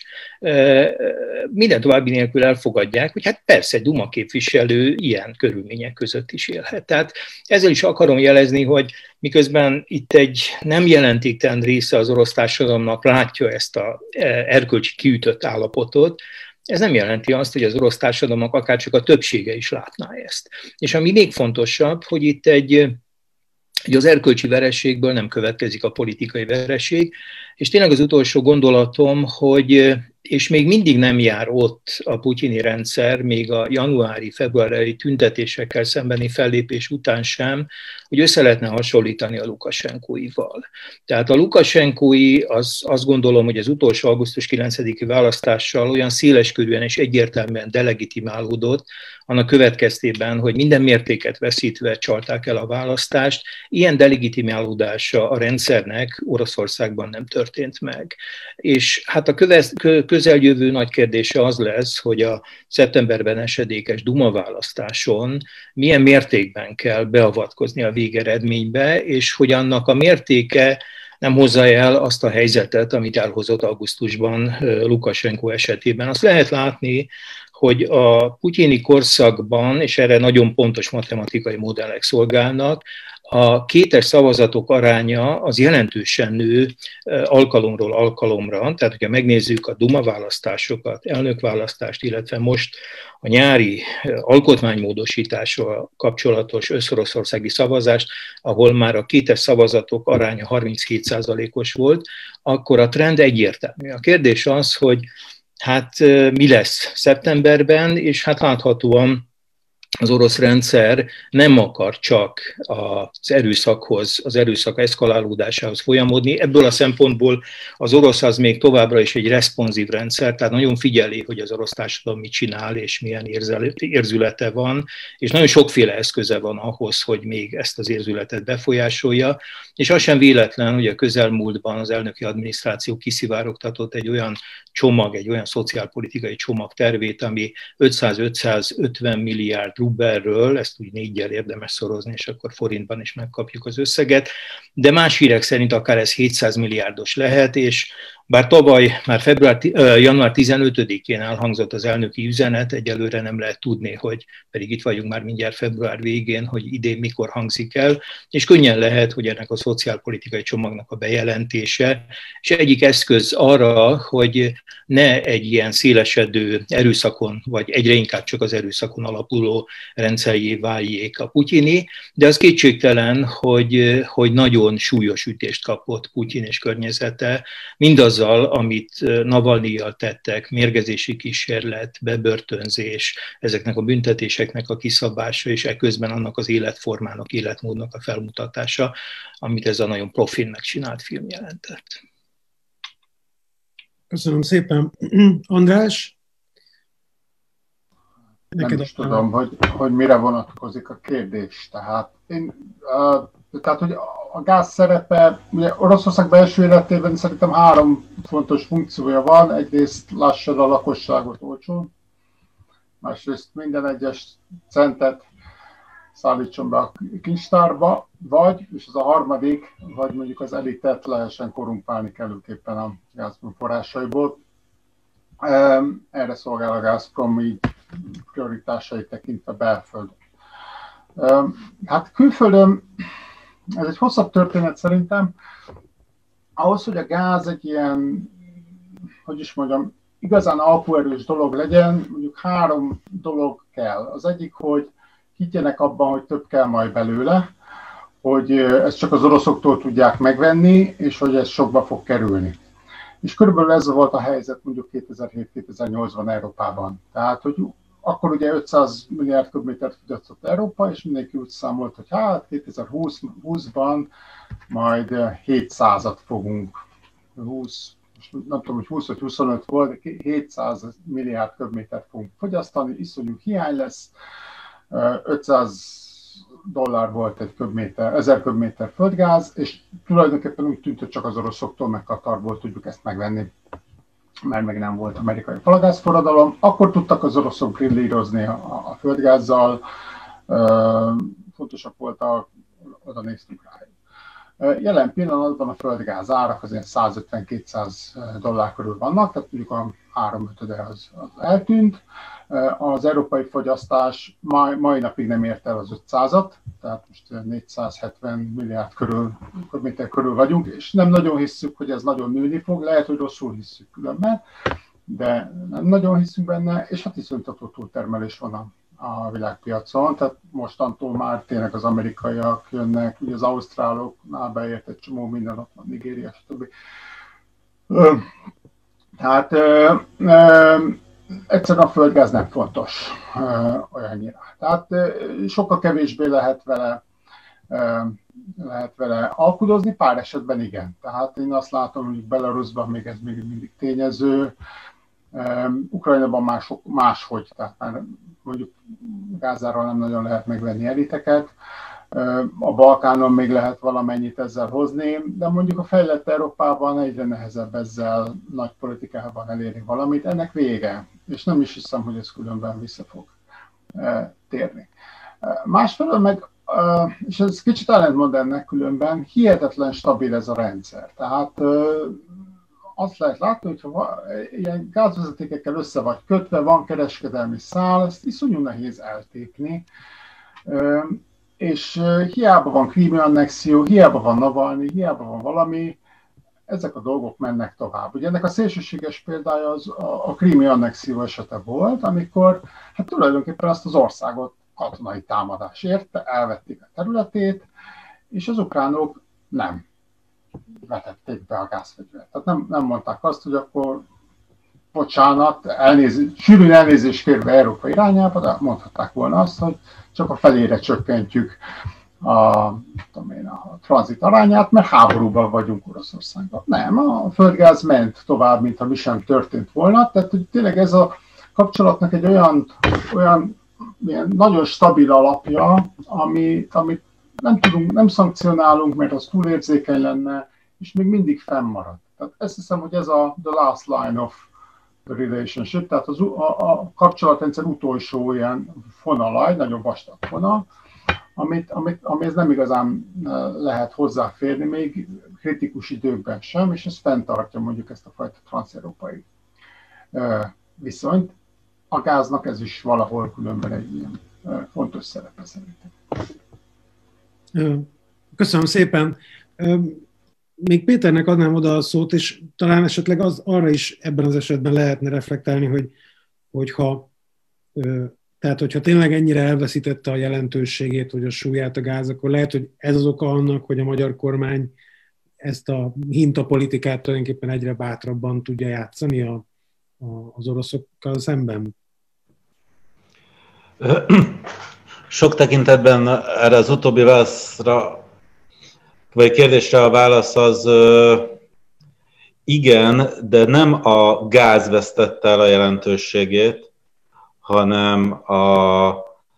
minden további nélkül elfogadják, hogy hát persze Duma képviselő ilyen körülmények között is élhet. Tehát ezzel is akarom jelezni, hogy miközben itt egy nem jelentéktelen része az orosz társadalomnak látja ezt az erkölcsi kiütött állapotot, ez nem jelenti azt, hogy az orosz társadalomnak akárcsak a többsége is látná ezt. És ami még fontosabb, hogy itt az erkölcsi vereségből nem következik a politikai vereség, és tényleg az utolsó gondolatom, hogy és még mindig nem jár ott a putyini rendszer, még a januári-februári tüntetésekkel szembeni fellépés után sem, hogy össze lehetne hasonlítani a Lukasenkóival. Tehát a Lukasenkói, azt gondolom, hogy az utolsó augusztus 9-i választással olyan széleskörűen és egyértelműen delegitimálódott, annak következtében, hogy minden mértéket veszítve csalták el a választást. Ilyen delegitimálódása a rendszernek Oroszországban nem történt meg. És hát a közeljövő nagy kérdése az lesz, hogy a szeptemberben esedékes Duma választáson milyen mértékben kell beavatkozni a végeredménybe, és hogy annak a mértéke nem hozza el azt a helyzetet, amit elhozott augusztusban Lukasenko esetében. Azt lehet látni, hogy a putyini korszakban, és erre nagyon pontos matematikai modellek szolgálnak, a kétes szavazatok aránya az jelentősen nő alkalomról alkalomra, tehát hogyha megnézzük a Duma választásokat, elnökválasztást, illetve most a nyári alkotmánymódosításról kapcsolatos összoroszországi szavazást, ahol már a kétes szavazatok aránya 37%-os volt, akkor a trend egyértelmű. A kérdés az, hogy hát mi lesz szeptemberben, és hát láthatóan az orosz rendszer nem akar csak az erőszak eszkalálódásához folyamodni. Ebből a szempontból az orosz az még továbbra is egy responsív rendszer, tehát nagyon figyeli, hogy az orosz társadalom mit csinál, és milyen érzülete van, és nagyon sokféle eszköze van ahhoz, hogy még ezt az érzületet befolyásolja, és az sem véletlen, hogy a közelmúltban az elnöki adminisztráció kiszivárogtatott egy olyan csomag, egy olyan szociálpolitikai csomag tervét, ami 500-550 milliárd rubelről, ezt úgy 4-jel érdemes szorozni, és akkor forintban is megkapjuk az összeget, de más hírek szerint akár ez 700 milliárdos lehet, és bár tavaly, már január 15-én elhangzott az elnöki üzenet, egyelőre nem lehet tudni, hogy pedig itt vagyunk már mindjárt február végén, hogy idén mikor hangzik el, és könnyen lehet, hogy ennek a szociálpolitikai csomagnak a bejelentése, és egyik eszköz arra, hogy ne egy ilyen szélesedő erőszakon, vagy egyre inkább csak az erőszakon alapuló rendszerjé váljék a putyini, de az kétségtelen, hogy nagyon súlyos ütést kapott Putyin és környezete, mindazzal, amit Navalnyjal tettek, mérgezési kísérlet, bebörtönzés, ezeknek a büntetéseknek a kiszabása, és eközben annak az életformának, életmódnak a felmutatása, amit ez a nagyon profin megcsinált film jelentett. Köszönöm szépen. András? Nem is tudom, hogy mire vonatkozik a kérdés. Tehát hogy a gáz szerepe, ugye Oroszország belső életében szerintem 3 fontos funkciója van. Egyrészt lássad a lakosságot olcsón, másrészt minden egyes centet szállítson be a kincstárba, és az a harmadik, vagy mondjuk az elitet lehessen korrumpálni kellőképpen a Gazprom forrásaiból. Erre szolgál a Gazprom így prioritásait tekintve belföldön. Hát külföldön, ez egy hosszabb történet szerintem, ahhoz, hogy a gáz egy ilyen, hogy is mondjam, igazán alkuerős dolog legyen, mondjuk 3 dolog kell. Az egyik, hogy higgyenek abban, hogy több kell majd belőle, hogy ezt csak az oroszoktól tudják megvenni, és hogy ez sokba fog kerülni. És körülbelül ez volt a helyzet mondjuk 2007-2008-ban Európában. Tehát, hogy akkor ugye 500 milliárd köbmétert fogyasztott Európa, és mindenki úgy számolt, hogy hát 2020-ban majd 700-at fogunk, nem tudom, hogy 20 vagy 25 volt, 700 milliárd köbmétert fogunk fogyasztani, iszonyú hiány lesz, $500 volt egy köbméter, 1000 köbméter földgáz, és tulajdonképpen úgy tűnt, hogy csak az oroszoktól, meg Katarból tudjuk ezt megvenni, mert meg nem volt amerikai palagázforradalom. Akkor tudtak az oroszok grillírozni a földgázzal, fontosak voltak, oda néztünk rájuk. Jelen pillanatban a földgáz árak azért $150-200 körül vannak, tehát mondjuk a 3/5 az eltűnt. Az európai fogyasztás mai napig nem ért el az 500-at, tehát most 470 milliárd köbméter körül vagyunk, és nem nagyon hisszük, hogy ez nagyon nőni fog, lehet, hogy rosszul hisszük különben, de nem nagyon hiszünk benne, és hát iszonytató túltermelés van a világpiacon, tehát mostantól már tényleg az amerikaiak jönnek, ugye az ausztráloknál beért egy csomó minden, ott van Nigéria, stb. Tehát egyszerűen a földgáz nem fontos olyannyira. Tehát sokkal kevésbé lehet vele alkudozni, pár esetben igen. Tehát én azt látom, hogy Belarusban még ez még mindig tényező, Ukrajnában máshogy, tehát már mondjuk gázáról nem nagyon lehet megvenni eliteket, a Balkánon még lehet valamennyit ezzel hozni, de mondjuk a fejlett Európában egyre nehezebb ezzel nagy politikában elérni valamit. Ennek vége, és nem is hiszem, hogy ez különben vissza fog térni. Másfelől meg, és ez kicsit ellentmond ennek különben, hihetetlen stabil ez a rendszer. Tehát azt lehet látni, hogyha ilyen gázvezetékekkel össze vagy kötve, van kereskedelmi szál, ezt iszonyú nehéz eltépni. És hiába van krímiannexió, hiába van Navalnyi, hiába van valami, ezek a dolgok mennek tovább. Ugye ennek a szélsőséges példája az a krímiannexió esete volt, amikor hát tulajdonképpen azt az országot katonai támadás érte, elvették a területét, és az ukránok nem vetették be a gázfegyvert. Tehát nem mondták azt, hogy akkor bocsánat, sűrűn elnézést kérve Európa irányába, de mondhatták volna azt, hogy csak a felére csökkentjük a tranzit arányát, mert háborúban vagyunk Oroszországban. Nem, a földgáz ment tovább, mintha mi sem történt volna, tehát hogy tényleg ez a kapcsolatnak egy olyan nagyon stabil alapja, amit nem szankcionálunk, mert az túl érzékeny lenne, és még mindig fennmarad. Tehát ezt hiszem, hogy ez a the last line of the relationship, tehát a kapcsolatrendszer utolsó ilyen fonala, egy nagyon vastag fonal, amihez nem igazán lehet hozzáférni, még kritikus időkben sem, és ez fenntartja mondjuk ezt a fajta transzeurópai viszonyt. A gáznak ez is valahol különben egy ilyen fontos szerepe szerintem. Köszönöm szépen. Még Péternek adnám oda a szót, és talán esetleg arra is ebben az esetben lehetne reflektálni, hogyha tényleg ennyire elveszítette a jelentőségét, vagy a súlyát a gáz, akkor lehet, hogy ez az oka annak, hogy a magyar kormány ezt a hintapolitikát tulajdonképpen egyre bátrabban tudja játszani az oroszokkal szemben. Sok tekintetben erre az utóbbi válaszra, vagy kérdésre a válasz az igen, de nem a gáz vesztette el a jelentőségét, hanem a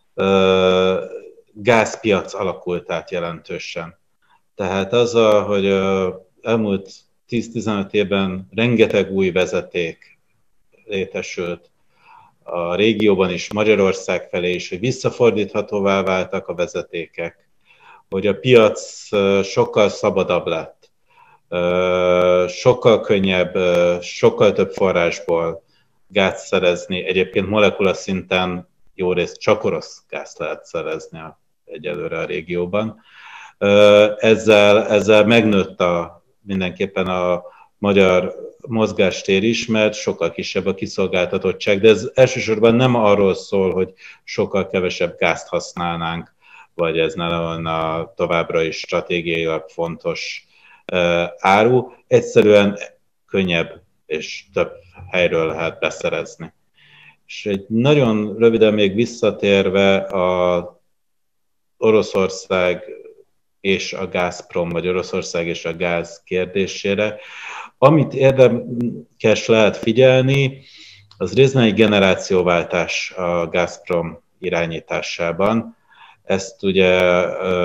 gázpiac alakult át jelentősen. Tehát azzal, hogy elmúlt 10-15 évben rengeteg új vezeték létesült a régióban is, Magyarország felé is, hogy visszafordíthatóvá váltak a vezetékek, hogy a piac sokkal szabadabb lett, sokkal könnyebb, sokkal több forrásból gázt szerezni. Egyébként molekula szinten jó részt csak orosz gázt lehet szerezni egyelőre a régióban. Ezzel megnőtt mindenképpen a magyar mozgástér is, mert sokkal kisebb a kiszolgáltatottság, de ez elsősorban nem arról szól, hogy sokkal kevesebb gázt használnánk, vagy ez ne lenne továbbra is stratégiailag fontos áru. Egyszerűen könnyebb és több helyről lehet beszerezni. És egy nagyon röviden még visszatérve a Oroszország és a Gazprom, vagy Oroszország és a gáz kérdésére, amit érdekes lehet figyelni, az részben egy generációváltás a Gazprom irányításában. Ezt ugye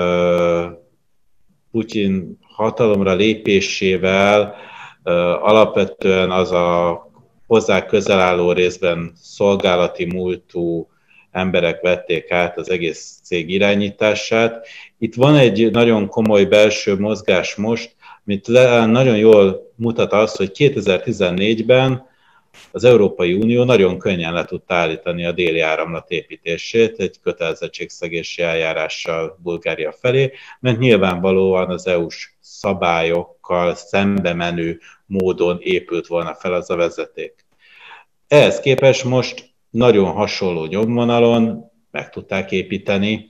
Putyin hatalomra lépésével alapvetően az a hozzá közel álló részben szolgálati múltú emberek vették át az egész cég irányítását. Itt van egy nagyon komoly belső mozgás most, amit nagyon jól mutat az, hogy 2014-ben az Európai Unió nagyon könnyen le tudta állítani a Déli Áramlat építését egy kötelezettségszegési eljárással Bulgária felé, mert nyilvánvalóan az EU-s szabályokkal szembe menő módon épült volna fel az a vezeték. Ehhez képest most nagyon hasonló nyomvonalon meg tudták építeni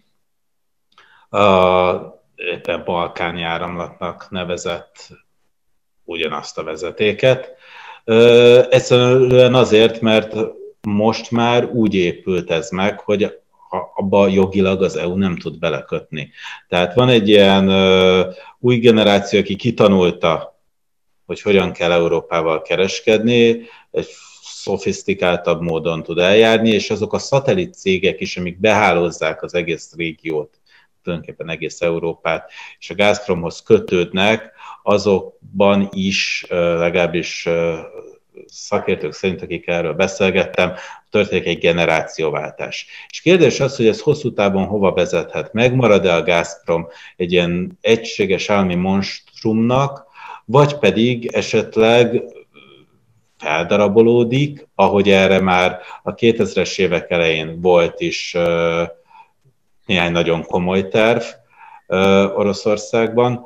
éppen Balkáni Áramlatnak nevezett ugyanazt a vezetéket. Egyszerűen azért, mert most már úgy épült ez meg, hogy abba jogilag az EU nem tud belekötni. Tehát van egy ilyen új generáció, aki kitanulta, hogy hogyan kell Európával kereskedni, egy szofisztikáltabb módon tud eljárni, és azok a szatellit cégek is, amik behálózzák az egész régiót, tulajdonképpen egész Európát, és a Gazpromhoz kötődnek, azokban is legalábbis szakértők szerint, akik erről beszélgettem, történik egy generációváltás. És kérdés az, hogy ez hosszú távon hova vezethet? Megmarad-e a Gazprom egy ilyen egységes állami monstrumnak, vagy pedig esetleg feldarabolódik, ahogy erre már a 2000-es évek elején volt is néhány nagyon komoly terv Oroszországban,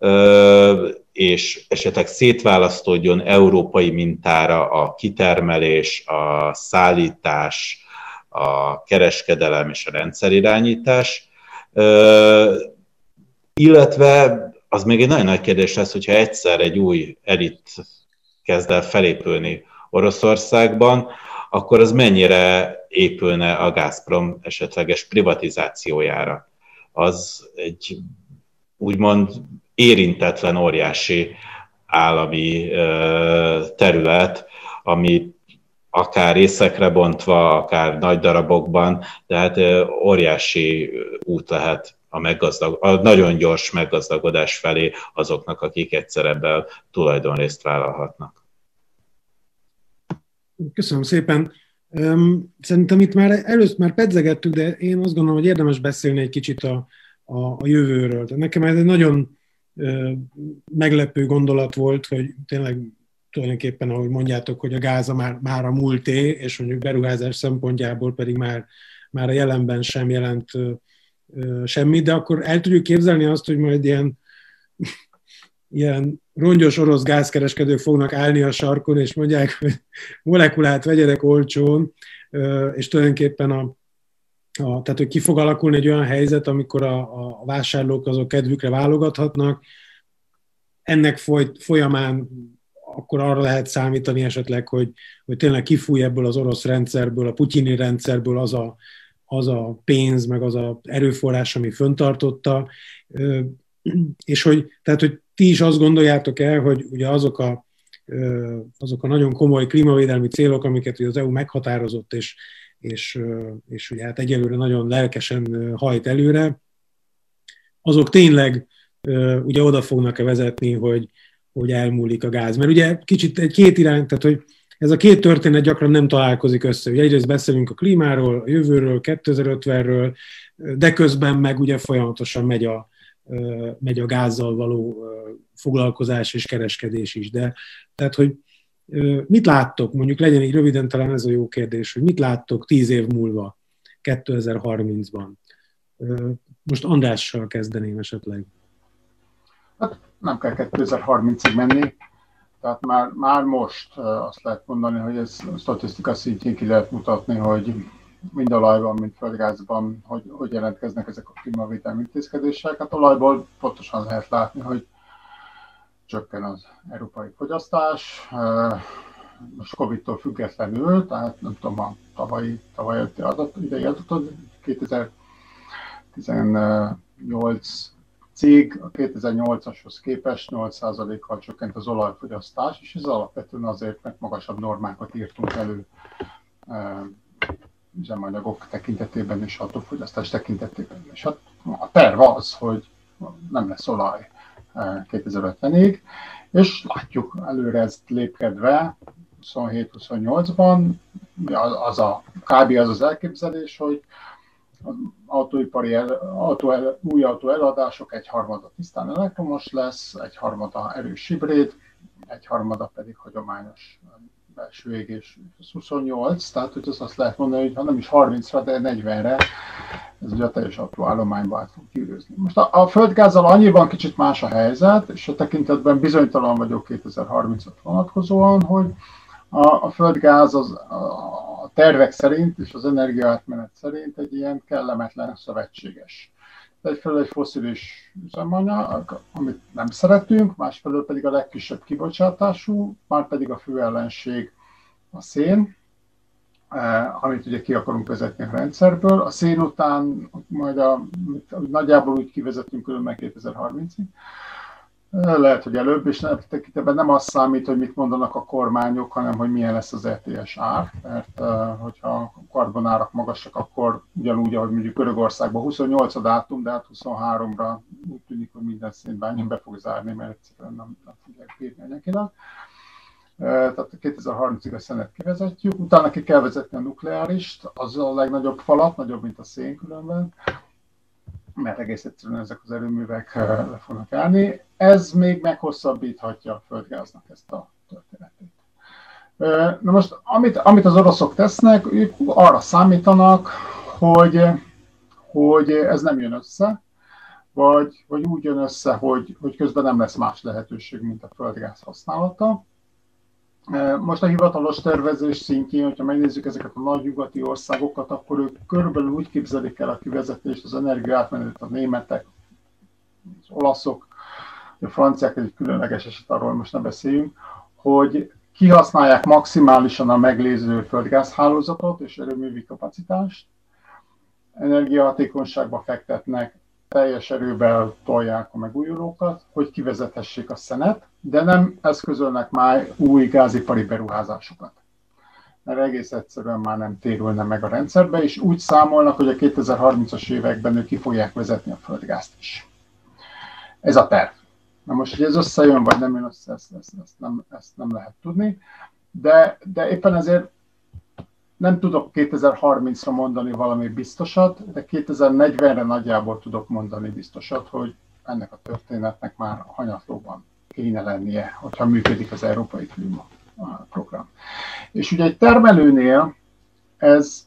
és esetleg szétválasztódjon európai mintára a kitermelés, a szállítás, a kereskedelem és a rendszerirányítás, illetve az még egy nagyon nagy kérdés lesz, hogyha egyszer egy új elit kezd el felépülni Oroszországban, akkor az mennyire épülne a Gazprom esetleges privatizációjára. Az egy úgymond érintetlen óriási állami terület, ami akár részekre bontva, akár nagy darabokban, de hát óriási út lehet a nagyon gyors meggazdagodás felé azoknak, akik egyszer ebben tulajdonrészt vállalhatnak. Köszönöm szépen. Szerintem itt először már pedzegettük, de én azt gondolom, hogy érdemes beszélni egy kicsit a jövőről. Nekem ez egy nagyon meglepő gondolat volt, hogy tényleg tulajdonképpen, ahogy mondjátok, hogy a gáz már a múlté, és mondjuk beruházás szempontjából pedig már a jelenben sem jelent semmit, de akkor el tudjuk képzelni azt, hogy majd ilyen rongyos orosz gázkereskedők fognak állni a sarkon, és mondják, hogy molekulát vegyenek olcsón, és tulajdonképpen tehát, hogy ki fog alakulni egy olyan helyzet, amikor a vásárlók azok kedvükre válogathatnak. Ennek folyamán akkor arra lehet számítani esetleg, hogy tényleg kifúj ebből az orosz rendszerből, a putyini rendszerből az a pénz, meg az a erőforrás, ami föntartotta, és hogy ti is azt gondoljátok el, hogy ugye azok a nagyon komoly klímavédelmi célok, amiket az EU meghatározott, és ugye hát egyelőre nagyon lelkesen hajt előre, azok tényleg ugye oda fognak-e vezetni, hogy elmúlik a gáz. Mert ugye kicsit két irány, tehát hogy ez a két történet gyakran nem találkozik össze. Ugye egyrészt beszélünk a klímáról, a jövőről, 2050-ről, de közben meg ugye folyamatosan megy a gázzal való foglalkozás és kereskedés is. De tehát, hogy mit láttok, mondjuk legyen így röviden talán ez a jó kérdés, hogy mit láttok 10 év múlva, 2030-ban? Most Andrással kezdeném esetleg. Hát nem kell 2030-ig menni, tehát már most azt lehet mondani, hogy ez statisztika szintjén ki lehet mutatni, hogy mind olajban, mind földgázban, hogy jelentkeznek ezek a klímavédelmi intézkedések. Hát olajból pontosan lehet látni, hogy csökken az európai fogyasztás, most Covid-tól függetlenül, tehát nem tudom, a tavaly idei adatot, 2018 cég a 2008-ashoz képest 8%-kal csökkent az olajfogyasztás, és ez alapvetően azért, mert magasabb normákat írtunk elő üzemanyagok tekintetében és autófogyasztás tekintetében. És a terv az, hogy nem lesz olaj 2050-ig, és látjuk előre ezt lépkedve 27-28-ban, kb. Az az elképzelés, hogy az autóipari új autó eladások egyharmada tisztán elektromos lesz, egyharmada erős hibrid, egyharmada pedig hagyományos belső égés. 28, tehát hogy azt lehet mondani, hogy ha nem is 30-ra, de 40-re ez ugye a teljes autóállományba át fog gyűrűzni. Most a földgázzal annyiban kicsit más a helyzet, és a tekintetben bizonytalan vagyok 2030-at vonatkozóan, hogy a földgáz a tervek szerint és az energiaátmenet szerint egy ilyen kellemetlen szövetséges. egyfelől egy fosszilis üzemanyag, amit nem szeretünk, másfelől pedig a legkisebb kibocsátású, már pedig a fő ellenség a szén, amit ugye ki akarunk vezetni a rendszerből. A szén után majd nagyjából úgy kivezetünk különben 2030-ig. Lehet, hogy előbb, és tekintetben nem az számít, hogy mit mondanak a kormányok, hanem hogy milyen lesz az ETS ár, mert hogyha a karbonárak magasak, akkor ugyanúgy, ahogy mondjuk Görögországban 28 a dátum, de hát 23-ra úgy tűnik, hogy minden szénbánya be fog zárni, mert egyszerűen nem fogják bírni anyagilag. Tehát 2030-ig a szenet kivezetjük, utána ki kell vezetni a nukleárist, az a legnagyobb falat, nagyobb, mint a szén különben, mert egész egyszerűen ezek az erőművek le fognak állni. Ez még meghosszabbíthatja a földgáznak ezt a történetét. Na most, amit az oroszok tesznek, ők arra számítanak, hogy ez nem jön össze, vagy úgy jön össze, hogy közben nem lesz más lehetőség, mint a földgáz használata. Most a hivatalos tervezés szintjén, hogyha megnézzük ezeket a nagy nyugati országokat, akkor ők körülbelül úgy képzelik el a kivezetést, az energiaátmenetet, a németek, az olaszok, a franciák egy különleges eset, arról most ne beszéljünk, hogy kihasználják maximálisan a meglévő földgázhálózatot és erőművi kapacitást, energiahatékonyságba fektetnek, teljes erővel tolják a megújulókat, hogy kivezethessék a szenet, de nem eszközölnek már új gázipari beruházásokat. Mert egész egyszerűen már nem térülne meg a rendszerbe, és úgy számolnak, hogy a 2030-as években ők ki fogják vezetni a földgázt is. Ez a terv. Na most, hogy ez összejön, vagy nem jön össze, ezt nem lehet tudni, de éppen ezért nem tudok 2030-ra mondani valami biztosat, de 2040-re nagyjából tudok mondani biztosat, hogy ennek a történetnek már hanyatlóban kéne lennie, hogyha működik az Európai Klímaprogram. És ugye egy termelőnél ez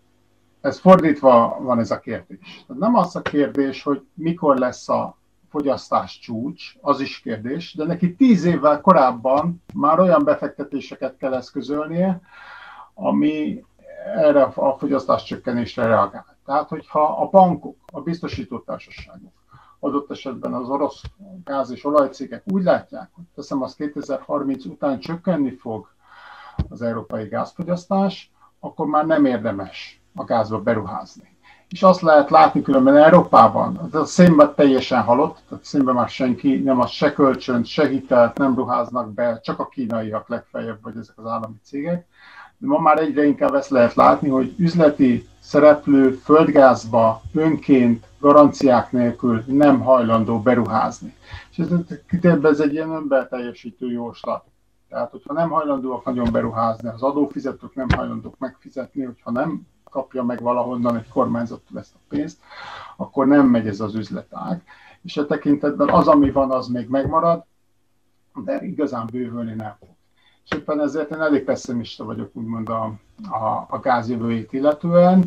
fordítva van ez a kérdés. Nem az a kérdés, hogy mikor lesz a fogyasztás csúcs, az is kérdés, de neki 10 évvel korábban már olyan befektetéseket kell eszközölnie, ami erre a fogyasztás csökkenésre reagál. Tehát, hogyha a bankok, a biztosítótársaságok, adott esetben az orosz gáz- és olajcégek úgy látják, hogy teszem azt 2030 után csökkenni fog az európai gázfogyasztás, akkor már nem érdemes a gázba beruházni. És azt lehet látni különben Európában, a szénben teljesen halott, tehát szénben már senki nem az se kölcsönt, se hitelt nem ruháznak be, csak a kínaiak legfeljebb, vagy ezek az állami cégek. De ma már egyre inkább ezt lehet látni, hogy üzleti szereplő földgázba önként, garanciák nélkül nem hajlandó beruházni. És ez egy ilyen önbeteljesítő jóslat. Tehát, hogyha nem hajlandóak nagyon beruházni, az adófizetők nem hajlandók megfizetni, hogyha nem kapja meg valahonnan egy kormányzattól ezt a pénzt, akkor nem megy ez az üzletág. És a tekintetben az, ami van, az még megmarad, de igazán bővülni nem fog. És éppen ezért én elég pessimista vagyok, úgymond a gázjövőjét illetően,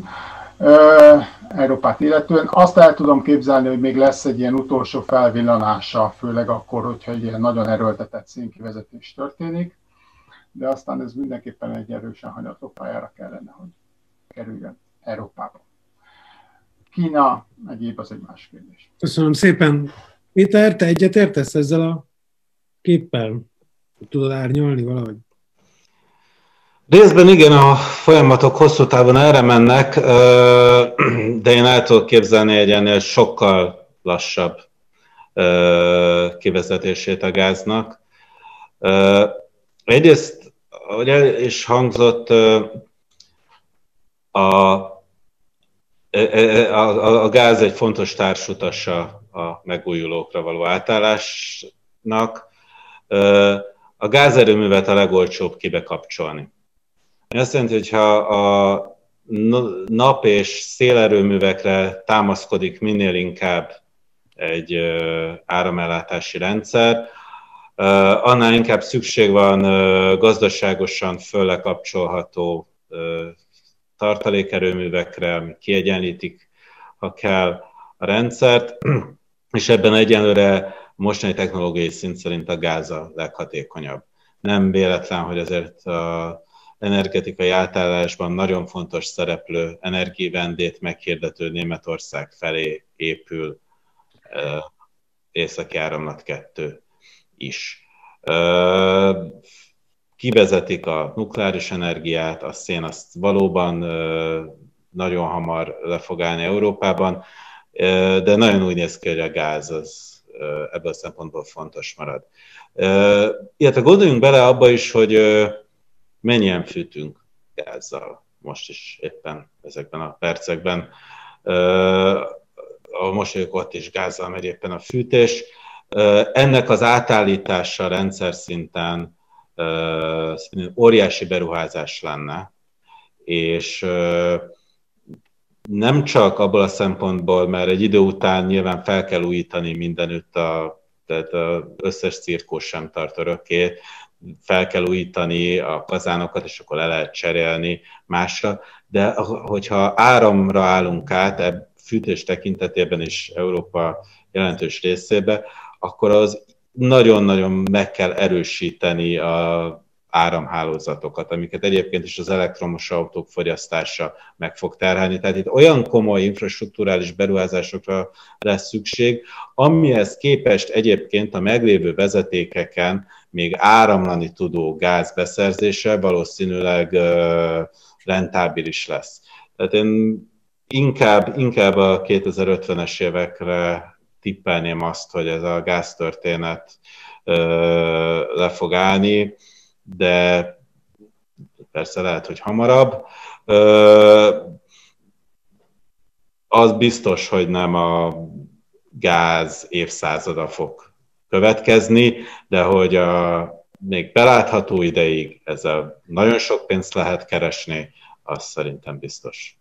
Európát illetően. Azt el tudom képzelni, hogy még lesz egy ilyen utolsó felvillanása, főleg akkor, hogyha egy ilyen nagyon erőltetett szénkivezetés történik, de aztán ez mindenképpen egy erősen hanyatló pályára kellene, hogy kerüljön Európába. Kína egyéb az egy más kérdés. Köszönöm szépen. Péter, te egyetértesz ezzel a képpel? Tudod árnyalni valahogy? Részben igen, a folyamatok hosszú távon erre mennek, de én el tudok képzelni egy ennél sokkal lassabb kivezetését a gáznak. Egyrészt, ahogy el is hangzott, a gáz egy fontos társutasa a megújulókra való átállásnak. A gázerőművet a legolcsóbb kibekapcsolni. Azt jelenti, hogyha a nap- és szélerőművekre támaszkodik minél inkább egy áramellátási rendszer, annál inkább szükség van gazdaságosan föllekapcsolható tartalékerőművekre, ami kiegyenlítik, ha kell, a rendszert, és ebben egyelőre a mostani technológiai szint szerint a gáz a leghatékonyabb. Nem véletlen, hogy azért energetikai átállásban nagyon fontos szereplő Energiewendét meghirdető Németország felé épül Északi Áramlat 2 is. Kivezetik a nukleáris energiát, a szén azt valóban nagyon hamar le fog állni Európában, de nagyon úgy néz ki, hogy a gáz az ebből a szempontból fontos marad. Illetve gondoljunk bele abba is, hogy mennyien fűtünk gázzal most is éppen ezekben a percekben. Most vagyok ott is gázzal megy éppen a fűtés. Ennek az átállítása rendszer szinten óriási beruházás lenne, és nem csak abból a szempontból, mert egy idő után nyilván fel kell újítani mindenütt, tehát az összes cirkós sem tart örökké, fel kell újítani a kazánokat, és akkor le lehet cserélni másra, de hogyha áramra állunk át, fűtés tekintetében is Európa jelentős részébe, akkor az nagyon-nagyon meg kell erősíteni az áramhálózatokat, amiket egyébként is az elektromos autók fogyasztása meg fog terhelni. Tehát itt olyan komoly infrastrukturális beruházásokra lesz szükség, amihez képest egyébként a meglévő vezetékeken még áramlani tudó gáz beszerzése valószínűleg rentábilis lesz. Tehát én inkább a 2050-es évekre tippelném azt, hogy ez a gáztörténet le fog állni, de persze lehet, hogy hamarabb. Az biztos, hogy nem a gáz évszázada fog következni, de hogy még belátható ideig ezzel nagyon sok pénzt lehet keresni, az szerintem biztos.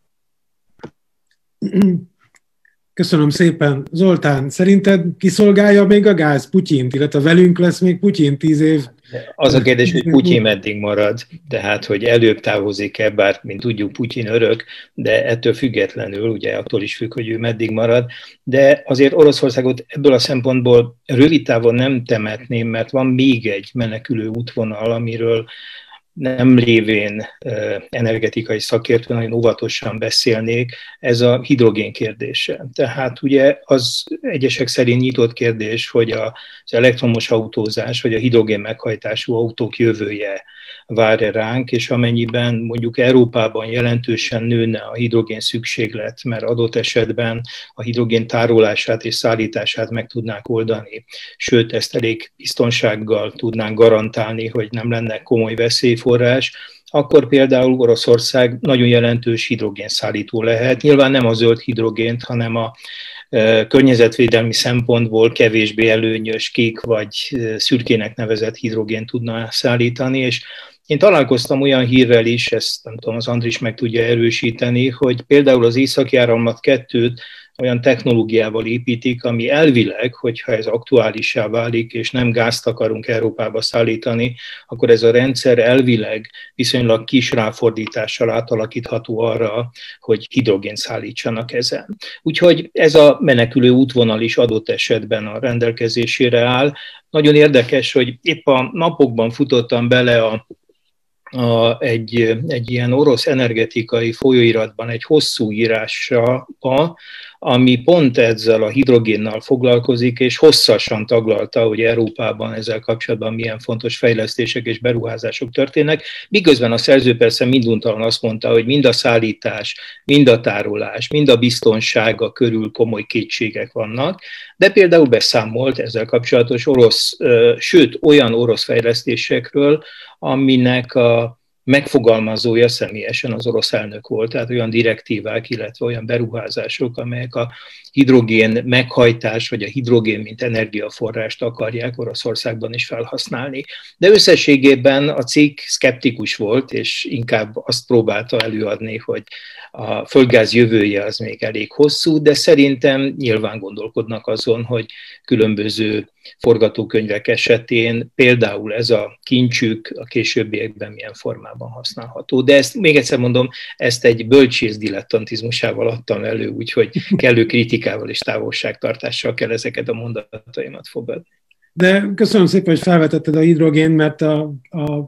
Köszönöm szépen. Zoltán, szerinted kiszolgálja még a gáz Putyint, illetve velünk lesz még Putyin 10 év? Az a kérdés, hogy Putyin meddig marad, tehát hogy előbb távozik-e, bár mint tudjuk Putyin örök, de ettől függetlenül, ugye attól is függ, hogy ő meddig marad, de azért Oroszországot ebből a szempontból rövid távon nem temetném, mert van még egy menekülő útvonal, amiről nem lévén energetikai szakértő, nagyon óvatosan beszélnék, ez a hidrogén kérdése. Tehát ugye az egyesek szerint nyitott kérdés, hogy az elektromos autózás, vagy a hidrogén meghajtású autók jövője vár-e ránk, és amennyiben mondjuk Európában jelentősen nőne a hidrogén szükséglet, mert adott esetben a hidrogén tárolását és szállítását meg tudnánk oldani, sőt, ezt elég biztonsággal tudnánk garantálni, hogy nem lenne komoly veszélyforrás, akkor például Oroszország nagyon jelentős hidrogénszállító lehet. Nyilván nem a zöld hidrogént, hanem a környezetvédelmi szempontból kevésbé előnyös kék vagy szürkének nevezett hidrogént tudna szállítani, és én találkoztam olyan hírrel is, ezt nem tudom, az Andris meg tudja erősíteni, hogy például az Északi Áramlat 2-t olyan technológiával építik, ami elvileg, hogyha ez aktuálissá válik, és nem gázt akarunk Európába szállítani, akkor ez a rendszer elvileg viszonylag kis ráfordítással átalakítható arra, hogy hidrogén szállítsanak ezen. Úgyhogy ez a menekülő útvonal is adott esetben a rendelkezésére áll. Nagyon érdekes, hogy épp a napokban futottam bele egy ilyen orosz energetikai folyóiratban egy hosszú írásra, ami pont ezzel a hidrogénnal foglalkozik, és hosszasan taglalta, hogy Európában ezzel kapcsolatban milyen fontos fejlesztések és beruházások történnek, miközben a szerző persze minduntalan azt mondta, hogy mind a szállítás, mind a tárolás, mind a biztonsága körül komoly kétségek vannak, de például beszámolt ezzel kapcsolatos sőt olyan orosz fejlesztésekről, aminek a megfogalmazója személyesen az orosz elnök volt, tehát olyan direktívák, illetve olyan beruházások, amelyek a hidrogén meghajtás, vagy a hidrogén, mint energiaforrást akarják Oroszországban is felhasználni. De összességében a cikk szkeptikus volt, és inkább azt próbálta előadni, hogy a földgáz jövője az még elég hosszú, de szerintem nyilván gondolkodnak azon, hogy különböző forgatókönyvek esetén például ez a kincsük a későbbiekben milyen formában használható. De ezt még egyszer mondom, ezt egy bölcsész dilettantizmusával adtam elő, úgyhogy kellő kritikával és távolságtartással kell ezeket a mondataimat fogadni. De köszönöm szépen, hogy felvetetted a hidrogént, mert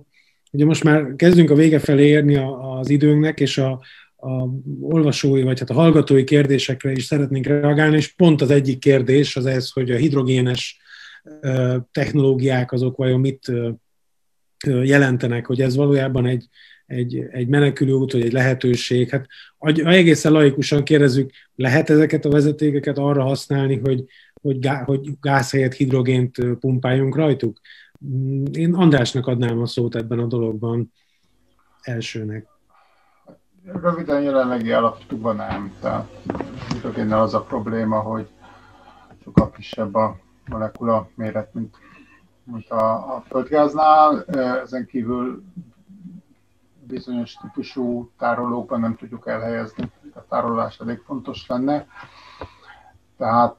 ugye most már kezdünk a vége felé érni az időnknek, és a olvasói, vagy hát a hallgatói kérdésekre is szeretnénk reagálni, és pont az egyik kérdés az ez, hogy a hidrogénes technológiák azok vajon mit jelentenek, hogy ez valójában egy menekülőút, vagy egy lehetőség. Hát egészen laikusan kérdezzük, lehet ezeket a vezetékeket arra használni, hogy gáz helyett hidrogént pumpáljunk rajtuk? Én Andrásnak adnám a szót ebben a dologban elsőnek. Röviden jelenlegi állapotban nem. Tehát hidrogénnel az a probléma, hogy sokkal kisebb a molekula méret, mint a földgáznál. Ezen kívül bizonyos típusú tárolókban nem tudjuk elhelyezni, a tárolás elég fontos lenne. Tehát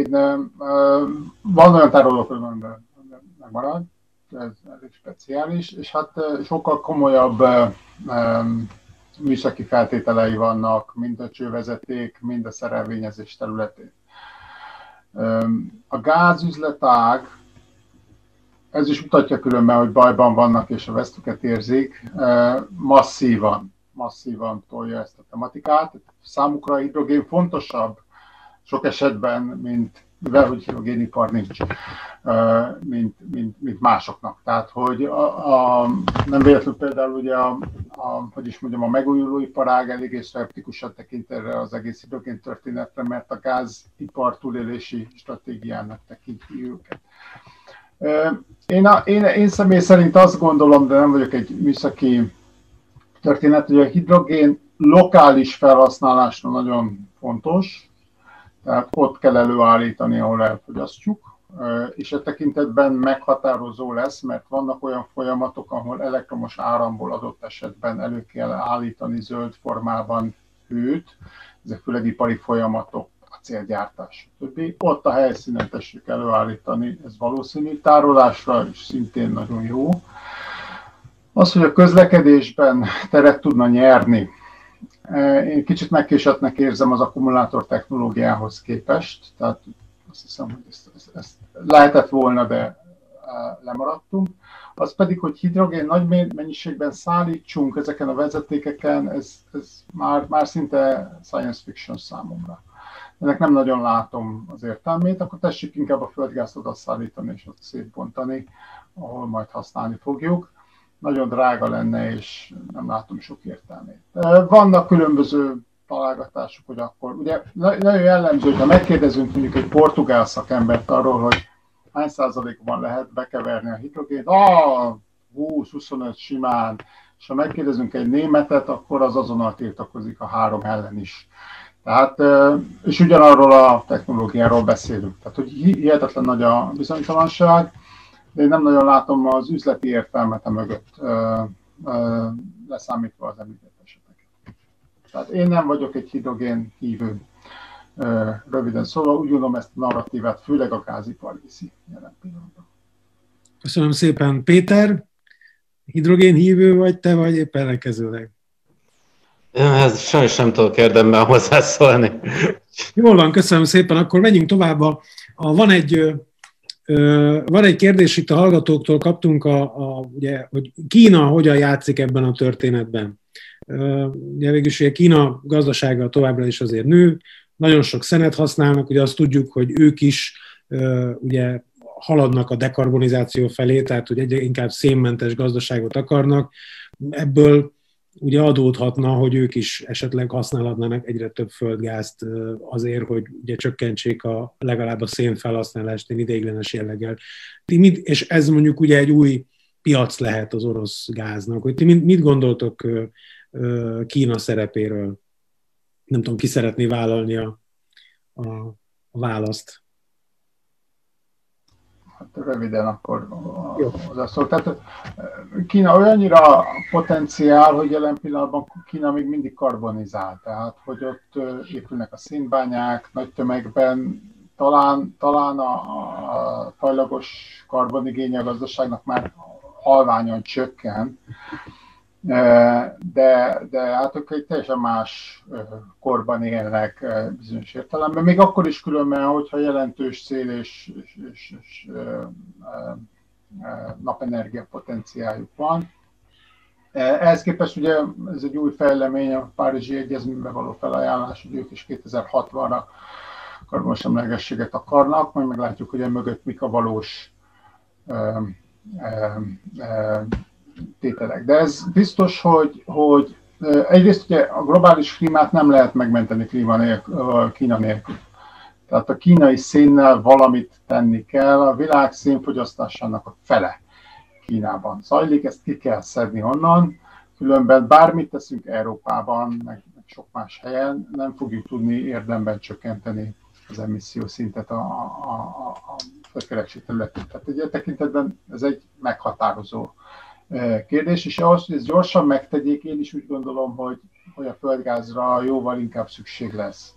van olyan tárolók, amiben megmarad, ez elég speciális, és hát sokkal komolyabb műszaki feltételei vannak, mind a csővezeték, mind a szerelvényezés területén. A gázüzletág, ez is mutatja különben, hogy bajban vannak és a vesztüket érzik, masszívan tolja ezt a tematikát. Számukra a hidrogén fontosabb sok esetben, mivel hogy hidrogénipar nincs, mint másoknak. Tehát, hogy nem véletlenül például ugye a megújuló iparág eléggé szkeptikusan tekint erre az egész hidrogén történetre, mert a gázipar túlélési stratégiának tekinti őket. Én személy szerint azt gondolom, de nem vagyok egy műszaki történet, hogy a hidrogén lokális felhasználásra nagyon fontos, tehát ott kell előállítani, ahol elfogyasztjuk, és e tekintetben meghatározó lesz, mert vannak olyan folyamatok, ahol elektromos áramból adott esetben elő kell állítani zöld formában hőt, ezek főleg ipari folyamatok, acélgyártás, stb. Ott a helyszínen tessék előállítani, ez valószínű tárolásra is szintén nagyon jó. Az, hogy a közlekedésben teret tudna nyerni, én kicsit megkésettnek érzem az akkumulátor technológiához képest, tehát azt hiszem, hogy ezt lehetett volna, de lemaradtunk. Az pedig, hogy hidrogén nagy mennyiségben szállítsunk ezeken a vezetékeken, ez már szinte science fiction számomra. Ennek nem nagyon látom az értelmét, akkor tessék inkább a földgázt oda szállítani és ott szétbontani, ahol majd használni fogjuk. Nagyon drága lenne, és nem látom sok értelmét. Vannak különböző találgatások, hogy akkor, ugye nagyon jellemző, hogyha megkérdezünk mondjuk egy portugál szakembert arról, hogy hány százalékban lehet bekeverni a hidrogént, 20-25 simán, és ha megkérdezünk egy németet, akkor az azonnal tiltakozik a 3 ellen is. Tehát, és ugyanarról a technológiáról beszélünk. Tehát, hogy hihetetlen nagy a bizonytalanság, de én nem nagyon látom az üzleti értelmet mögött, leszámítva az említett eseteket. Tehát én nem vagyok egy hidrogén hívő, röviden szóval, úgy gondolom ezt a narratívát főleg a gázipar viszi jelen pillanatban. Köszönöm szépen. Péter, hidrogén hívő vagy te, vagy épp ellenkezőleg? Ez sajnos nem tudok érdemben hozzászólni. Jól van, köszönöm szépen. Akkor menjünk tovább. Van egy kérdés itt a hallgatóktól, kaptunk, ugye, hogy Kína hogyan játszik ebben a történetben. Ugye végülis ugye Kína gazdasága továbbra is azért nő, nagyon sok szenet használnak, ugye azt tudjuk, hogy ők is ugye haladnak a dekarbonizáció felé, tehát hogy egyre inkább szénmentes gazdaságot akarnak. Ebből ugye adódhatna, hogy ők is esetleg használhatnának egyre több földgázt azért, hogy ugye csökkentsék legalább a szén felhasználást ideiglenes jelleggel. És ez mondjuk ugye egy új piac lehet az orosz gáznak. Hogy ti mit gondoltok Kína szerepéről? Nem tudom, ki szeretné vállalni a választ. Hát röviden akkor hozzászól. Tehát Kína olyannyira potenciál, hogy jelen pillanatban Kína még mindig karbonizál. Tehát, hogy ott épülnek a szénbányák nagy tömegben, talán a fajlagos karbonigénye a gazdaságnak már halványon csökken, de hát ők egy teljesen más korban élnek bizonyos értelemben. Még akkor is különben, hogyha jelentős szél és napenergia potenciáljuk van. Ehhez képest ugye ez egy új fejlemény, a Párizsi Egyezményben való felajánlás, hogy ők is 2060-ra karbonsemlegességet akarnak, majd meglátjuk, hogy mögött mik a valós tételek. De ez biztos, hogy egyrészt ugye a globális klímát nem lehet megmenteni Kína nélkül. Tehát a kínai szénnel valamit tenni kell, a világ szénfogyasztásának a fele Kínában zajlik, ezt ki kell szedni onnan, különben bármit teszünk Európában, meg sok más helyen, nem fogjuk tudni érdemben csökkenteni az emissziószintet a földkereksi területén. Tehát egy tekintetben ez egy meghatározó kérdés, és ahhoz, hogy ezt gyorsan megtegyék, én is úgy gondolom, hogy a földgázra jóval inkább szükség lesz,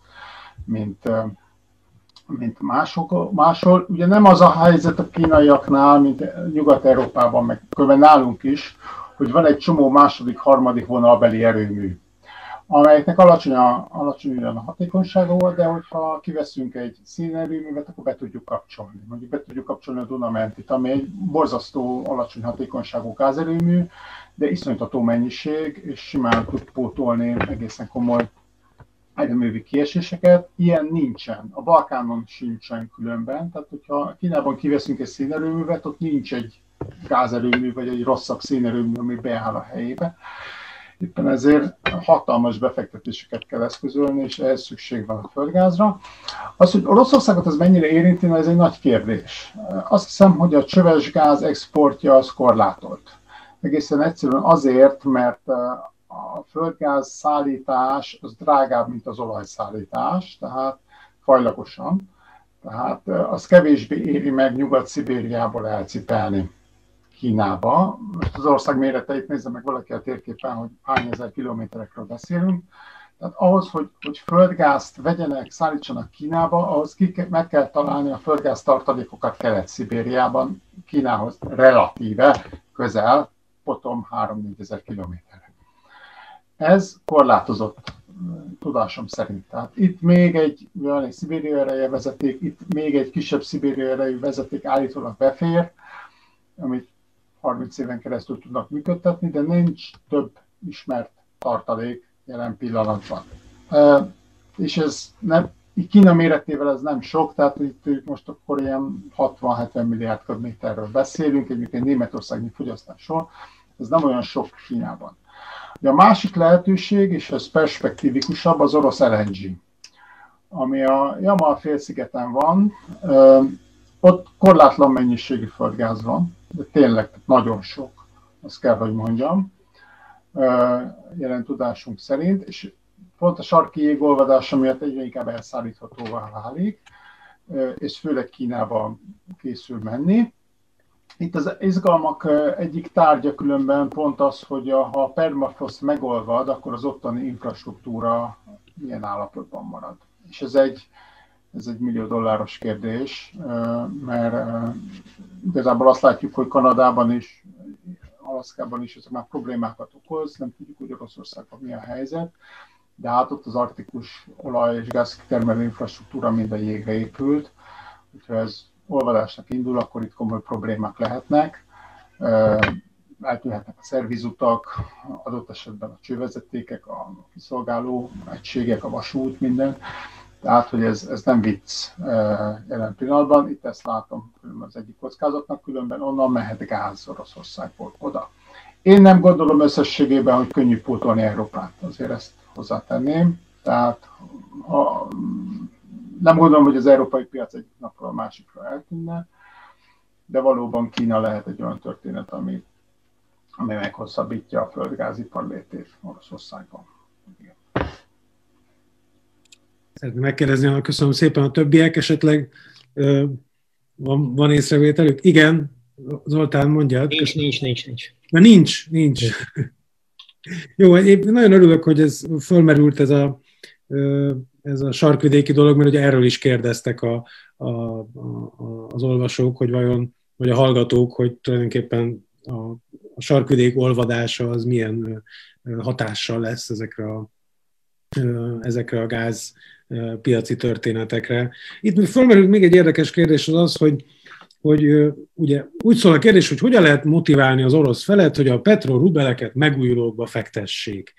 mint máshol. Ugye nem az a helyzet a kínaiaknál, mint Nyugat-Európában, meg különben nálunk is, hogy van egy csomó második, harmadik vonalbeli erőmű, amelyeknek alacsony a hatékonysága volt, de hogyha kiveszünk egy szénerőművet, akkor be tudjuk kapcsolni. Mondjuk be tudjuk kapcsolni a Dunamentit, ami egy borzasztó alacsony hatékonyságú gázerőmű, de iszonytató mennyiség, és simán tud pótolni egészen komoly erőművi kieséseket. Ilyen nincsen. A Balkánon sincsen különben. Tehát, hogyha Kínában kiveszünk egy szénerőművet, ott nincs egy gázerőmű, vagy egy rosszabb szénerőmű, ami beáll a helyébe. Éppen ezért hatalmas befektetéseket kell eszközölni, és ehhez szükség van a földgázra. Az, hogy Oroszországot ez mennyire érinti, ez egy nagy kérdés. Azt hiszem, hogy a csöves gáz exportja az korlátolt. Egészen egyszerűen azért, mert a földgáz szállítás az drágább, mint az olajszállítás, tehát fajlagosan. Tehát az kevésbé éri meg Nyugat-Szibériából elcipelni Kínába. Most az ország méreteit nézze meg valaki a térképen, hogy hány ezer kilométerekről beszélünk. Tehát ahhoz, hogy földgázt vegyenek, szállítsanak Kínába, ahhoz meg kell találni a földgáz tartalékokat Kelet-Szibériában, Kínához relatíve közel, potom 3-4 ezer kilométerre. Ez korlátozott tudásom szerint. Tehát itt még egy szibériai erejű vezeték, itt még egy kisebb szibériai erejű vezeték állítólag befér, amit 30 éven keresztül tudnak működtetni, de nincs több ismert tartalék jelen pillanatban. És ez nem, Kína méretével ez nem sok, tehát itt most akkor ilyen 60-70 milliárd köbméterről beszélünk, egy németországi fogyasztásról, ez nem olyan sok Kínában. De a másik lehetőség, és ez perspektívikusabb, az orosz LNG, ami a Jamal-félszigeten van, ott korlátlan mennyiségű földgáz van, de tényleg nagyon sok, azt kell, hogy mondjam, jelen tudásunk szerint, és pont a sarki jégolvadása miatt egyre inkább elszállíthatóvá válik, és főleg Kínába készül menni. Itt az izgalmak egyik tárgya különben pont az, hogy ha a permafrost megolvad, akkor az ottani infrastruktúra milyen állapotban marad. És ez egy $1 millió kérdés, mert igazából azt látjuk, hogy Kanadában is, Alaszkában is ezek már problémákat okoz, nem tudjuk, hogy Oroszországban mi a helyzet, de hát ott az arktikus olaj- és gázkitermelő infrastruktúra minden jégre épült, hogyha ez olvadásnak indul, akkor itt komoly problémák lehetnek, eltűnhetnek a szervizutak, adott esetben a csővezetékek, a kiszolgáló egységek, a vasút, minden. Tehát, hogy ez nem vicc jelen pillanatban, itt ezt látom az egyik kockázatnak, különben onnan mehet gáz Oroszországból oda. Én nem gondolom összességében, hogy könnyű pótolni Európát, azért ezt hozzátenném. Tehát nem gondolom, hogy az európai piac egyik napról a másikra eltűnne, de valóban Kína lehet egy olyan történet, ami meghosszabbítja a földgázipar létét Oroszországban. Szeretném megkérdezni, köszönöm szépen, a többiek esetleg van észrevételük? Igen, Zoltán, mondjad. Nincs. Na nincs. Jó, én nagyon örülök, hogy ez fölmerült ez a sarkvidéki dolog, mert ugye erről is kérdeztek az olvasók, hogy vajon, vagy a hallgatók, hogy tulajdonképpen a sarkvidék olvadása az milyen hatással lesz ezekre a gázpiaci történetekre. Itt fölmerült még egy érdekes kérdés, az, hogy hogy ugye úgy szól a kérdés, hogy hogyan lehet motiválni az orosz felet, hogy a petrorubeleket megújulókba fektessék.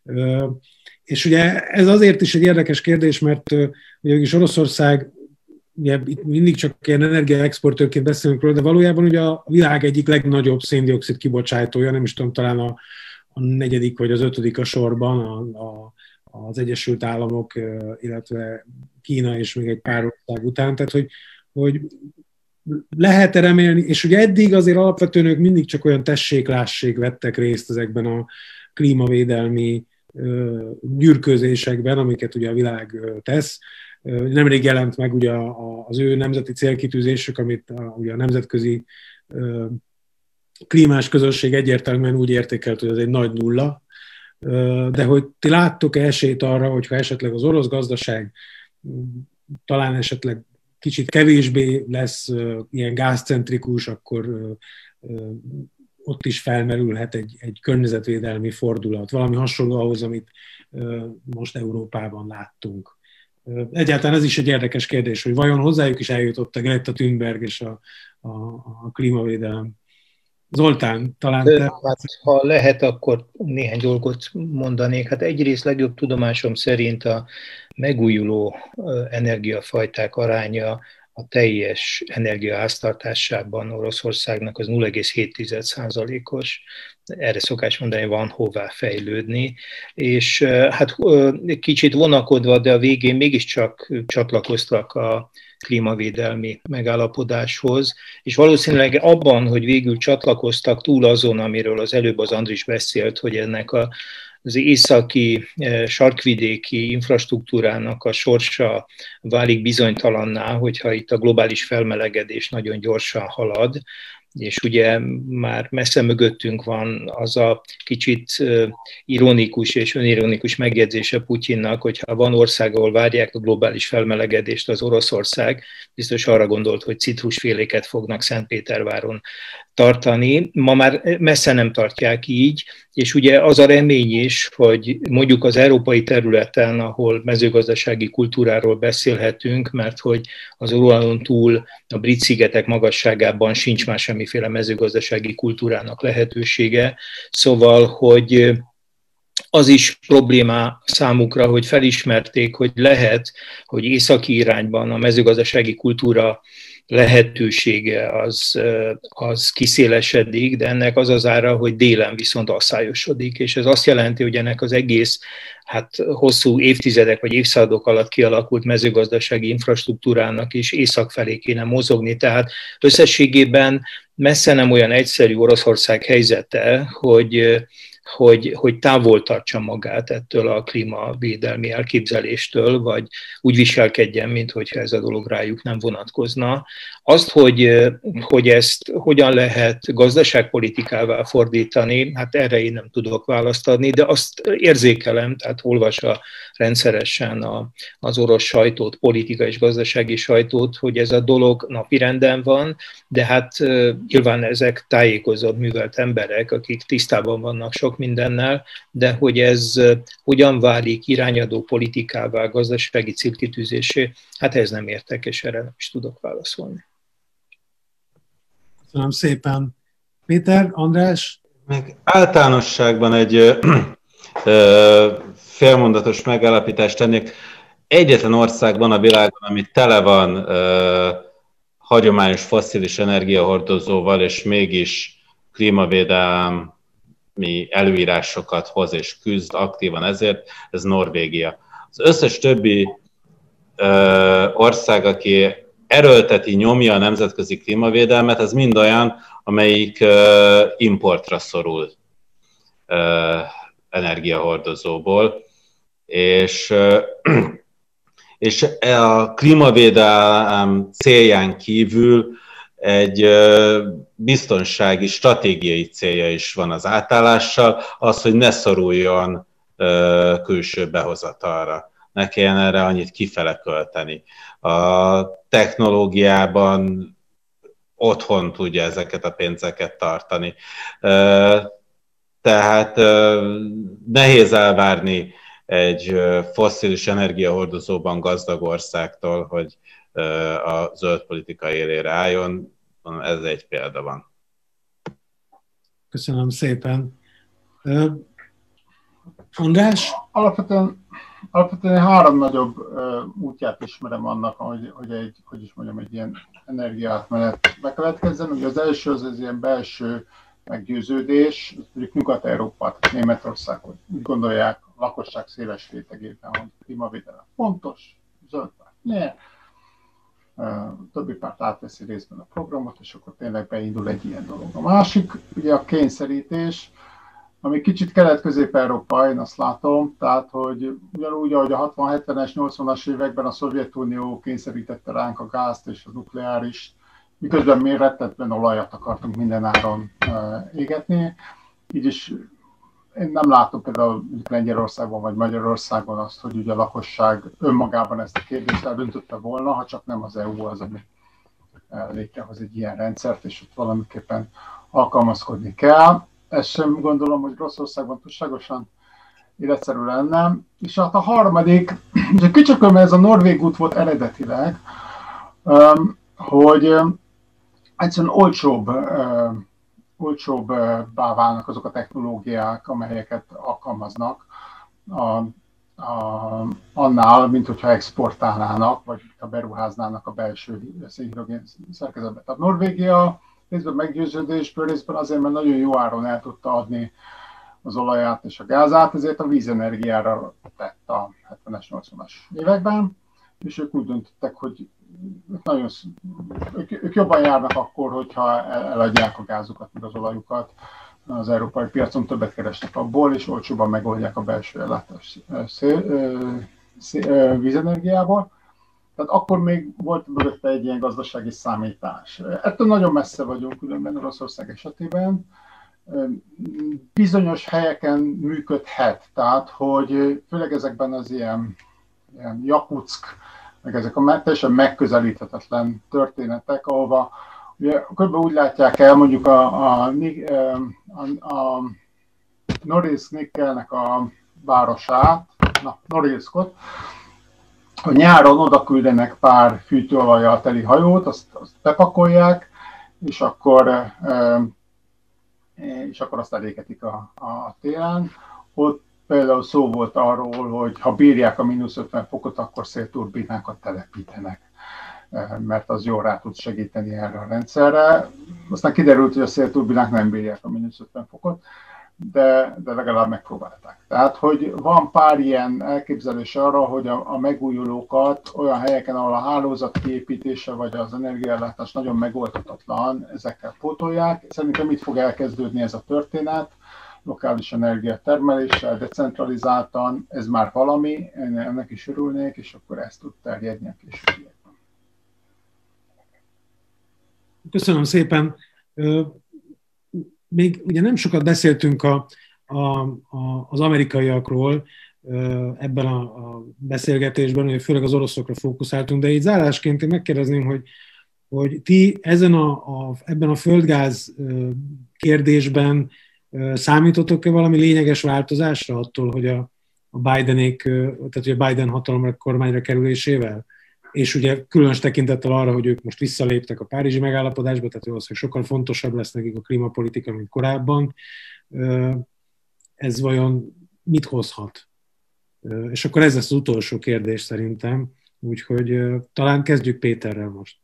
És ugye ez azért is egy érdekes kérdés, mert ugye is Oroszország, ugye itt mindig csak ilyen energiaexportőrként beszélünk róla, de valójában ugye a világ egyik legnagyobb széndioxid kibocsátója, nem is tudom, talán a 4. vagy az 5. a sorban az Egyesült Államok, illetve Kína és még egy pár ország után. Tehát, hogy lehet-e remélni, és ugye eddig azért alapvetően ők mindig csak olyan tessék-lássék vettek részt ezekben a klímavédelmi gyürkőzésekben, amiket ugye a világ tesz. Nemrég jelent meg ugye az ő nemzeti célkitűzésük, amit ugye a nemzetközi klímás közösség egyértelműen úgy értékelt, hogy ez egy nagy nulla, de hogy ti láttok esélyt arra, hogyha esetleg az orosz gazdaság talán esetleg kicsit kevésbé lesz ilyen gázcentrikus, akkor ott is felmerülhet egy környezetvédelmi fordulat, valami hasonló ahhoz, amit most Európában láttunk. Egyáltalán ez is egy érdekes kérdés, hogy vajon hozzájuk is eljutott a Greta Thunberg és a klímavédelem. Zoltán, talán te... Hát, ha lehet, akkor néhány dolgot mondanék. Hát egyrészt legjobb tudomásom szerint a megújuló energiafajták aránya a teljes energiaháztartásában Oroszországnak az 0,7%-os. Erre szokás mondani, van hová fejlődni. És hát kicsit vonakodva, de a végén mégiscsak csatlakoztak a klímavédelmi megállapodáshoz, és valószínűleg abban, hogy végül csatlakoztak túl azon, amiről az előbb az Andris beszélt, hogy ennek az északi, sarkvidéki infrastruktúrának a sorsa válik bizonytalanná, hogyha itt a globális felmelegedés nagyon gyorsan halad, és ugye már messze mögöttünk van az a kicsit ironikus és önironikus megjegyzése Putyinnak, hogyha van ország, ahol várják a globális felmelegedést, az Oroszország, biztos arra gondolt, hogy citrusféléket fognak Szentpéterváron tartani. Ma már messze nem tartják így, és ugye az a remény is, hogy mondjuk az európai területen, ahol mezőgazdasági kultúráról beszélhetünk, mert hogy az Uralon túl a Brit-szigetek magasságában sincs már semmiféle mezőgazdasági kultúrának lehetősége, szóval, hogy az is probléma számukra, hogy felismerték, hogy lehet, hogy északi irányban a mezőgazdasági kultúra lehetősége az kiszélesedik, de ennek az az ára, hogy délen viszont asszályosodik, és ez azt jelenti, hogy ennek az egész hosszú évtizedek vagy évszázadok alatt kialakult mezőgazdasági infrastruktúrának is észak felé kéne mozogni, tehát összességében messze nem olyan egyszerű Oroszország helyzete, hogy távol tartsa magát ettől a klímavédelmi elképzeléstől, vagy úgy viselkedjen, mintha ez a dolog rájuk nem vonatkozna. Azt, hogy ezt hogyan lehet gazdaságpolitikává fordítani, hát erre én nem tudok választ adni, de azt érzékelem, tehát olvasva rendszeresen az orosz sajtót, politikai és gazdasági sajtót, hogy ez a dolog napirenden van, de hát nyilván ezek tájékozott, művelt emberek, akik tisztában vannak sok mindennel, de hogy ez hogyan válik irányadó politikává, gazdasági célkitűzésé, hát ez nem értek, és erre nem is tudok válaszolni. Köszönöm szépen. Péter, András? Meg általánosságban egy félmondatos megállapítást tennék. Egyetlen ország van a világon, ami tele van hagyományos fosszilis energiahordozóval, és mégis klímavédelmi előírásokat hoz és küzd aktívan ezért, ez Norvégia. Az összes többi ország, aki erőlteti, nyomja a nemzetközi klímavédelmet, ez mind olyan, amelyik importra szorul energiahordozóból, és a klímavédelem célján kívül egy biztonsági, stratégiai célja is van az átállással, az, hogy ne szoruljon külső behozatalra, ne kelljen erre annyit kifele költeni. A technológiában otthon tudja ezeket a pénzeket tartani. Tehát nehéz elvárni egy fosszilis energiahordozóban gazdag országtól, hogy a zöld politika élére álljon. ez egy példa van. Köszönöm szépen. András? Alapvetően 3 nagyobb útját ismerem annak, hogy egy ilyen energiaátmenet bekövetkezzen. Ugye az első az ilyen belső meggyőződés, mondjuk Nyugat-Európa, tehát Németországot úgy gondolják a lakosság széles rétegében, hogy a klímavédelem fontos, zöld párt nyer, többi párt átveszi részben a programot, és akkor tényleg beindul egy ilyen dolog. A másik, ugye a kényszerítés, ami kicsit Kelet-Közép-Európa, én azt látom, tehát, hogy ugyanúgy, ahogy a 60-70-es, 80-as években a Szovjetunió kényszerítette ránk a gázt és a nukleáris, miközben mi rettetben olajat akartunk minden áron égetni. Így is én nem látom például Lengyelországban vagy Magyarországon azt, hogy ugye a lakosság önmagában ezt a kérdést eldöntötte volna, ha csak nem az EU az, ami létrehoz egy ilyen rendszert, és ott valamiképpen alkalmazkodni kell. Ezt sem gondolom, hogy Rosszországban túlságosan életszerű lenne. És hát a harmadik, és kicsit ez a norvég út volt eredetileg, hogy egyszerűen olcsóbbá válnak azok a technológiák, amelyeket alkalmaznak annál, mint hogyha exportálnának, vagy ha beruháznának a belső szénhidrogén szerkezetbe. Tehát Norvégia részben meggyőződésből, részben azért, mert nagyon jó áron el tudta adni az olaját és a gázát, ezért a vízenergiára tett a 70-es, 80-as években, és ők úgy döntöttek, hogy ők jobban járnak akkor, hogyha eladják a gázukat, meg az olajukat az európai piacon, többet keresnek abból, és olcsóban megoldják a belső ellátás vízenergiából. Tehát akkor még volt mögötte egy ilyen gazdasági számítás. Ettől nagyon messze vagyunk különben Oroszország esetében. Bizonyos helyeken működhet, tehát hogy főleg ezekben az ilyen Jakuck, meg ezek a teljesen megközelíthetetlen történetek, ahova ugye, kb. Úgy látják el mondjuk a Norilsk Nikkelnek a városát, Norilskot, hogy nyáron oda küldenek pár fűtőolajjal teli hajót, azt bepakolják, és akkor azt elégetik a télen. Ott például szó volt arról, hogy ha bírják a -50 fokot, akkor szélturbinákat telepítenek, mert az jól rá tud segíteni erre a rendszerre. Aztán kiderült, hogy a szélturbinák nem bírják a -50 fokot, de legalább megpróbálták. Tehát, hogy van pár ilyen elképzelés arra, hogy a megújulókat olyan helyeken, ahol a hálózat kiépítése vagy az energiaellátás nagyon megoldhatatlan, ezekkel pótolják. Szerintem itt fog elkezdődni ez a történet, lokális energiatermeléssel, decentralizáltan, ez már valami, ennek is örülnék, és akkor ezt tud terjedni a későbbiekben. Köszönöm szépen. Még ugye nem sokat beszéltünk az amerikaiakról ebben a beszélgetésben, hogy főleg az oroszokra fókuszáltunk, de így zárásként én megkérdezném, hogy ti ebben a földgáz kérdésben számítotok-e valami lényeges változásra attól, hogy a Bidenék, tehát hogy a Biden hatalomra, kormányra kerülésével? És ugye különös tekintettel arra, hogy ők most visszaléptek a párizsi megállapodásba, tehát valószínűleg sokkal fontosabb lesz nekik a klímapolitika, mint korábban. Ez vajon mit hozhat? És akkor ez lesz az utolsó kérdés szerintem, úgyhogy talán kezdjük Péterrel most.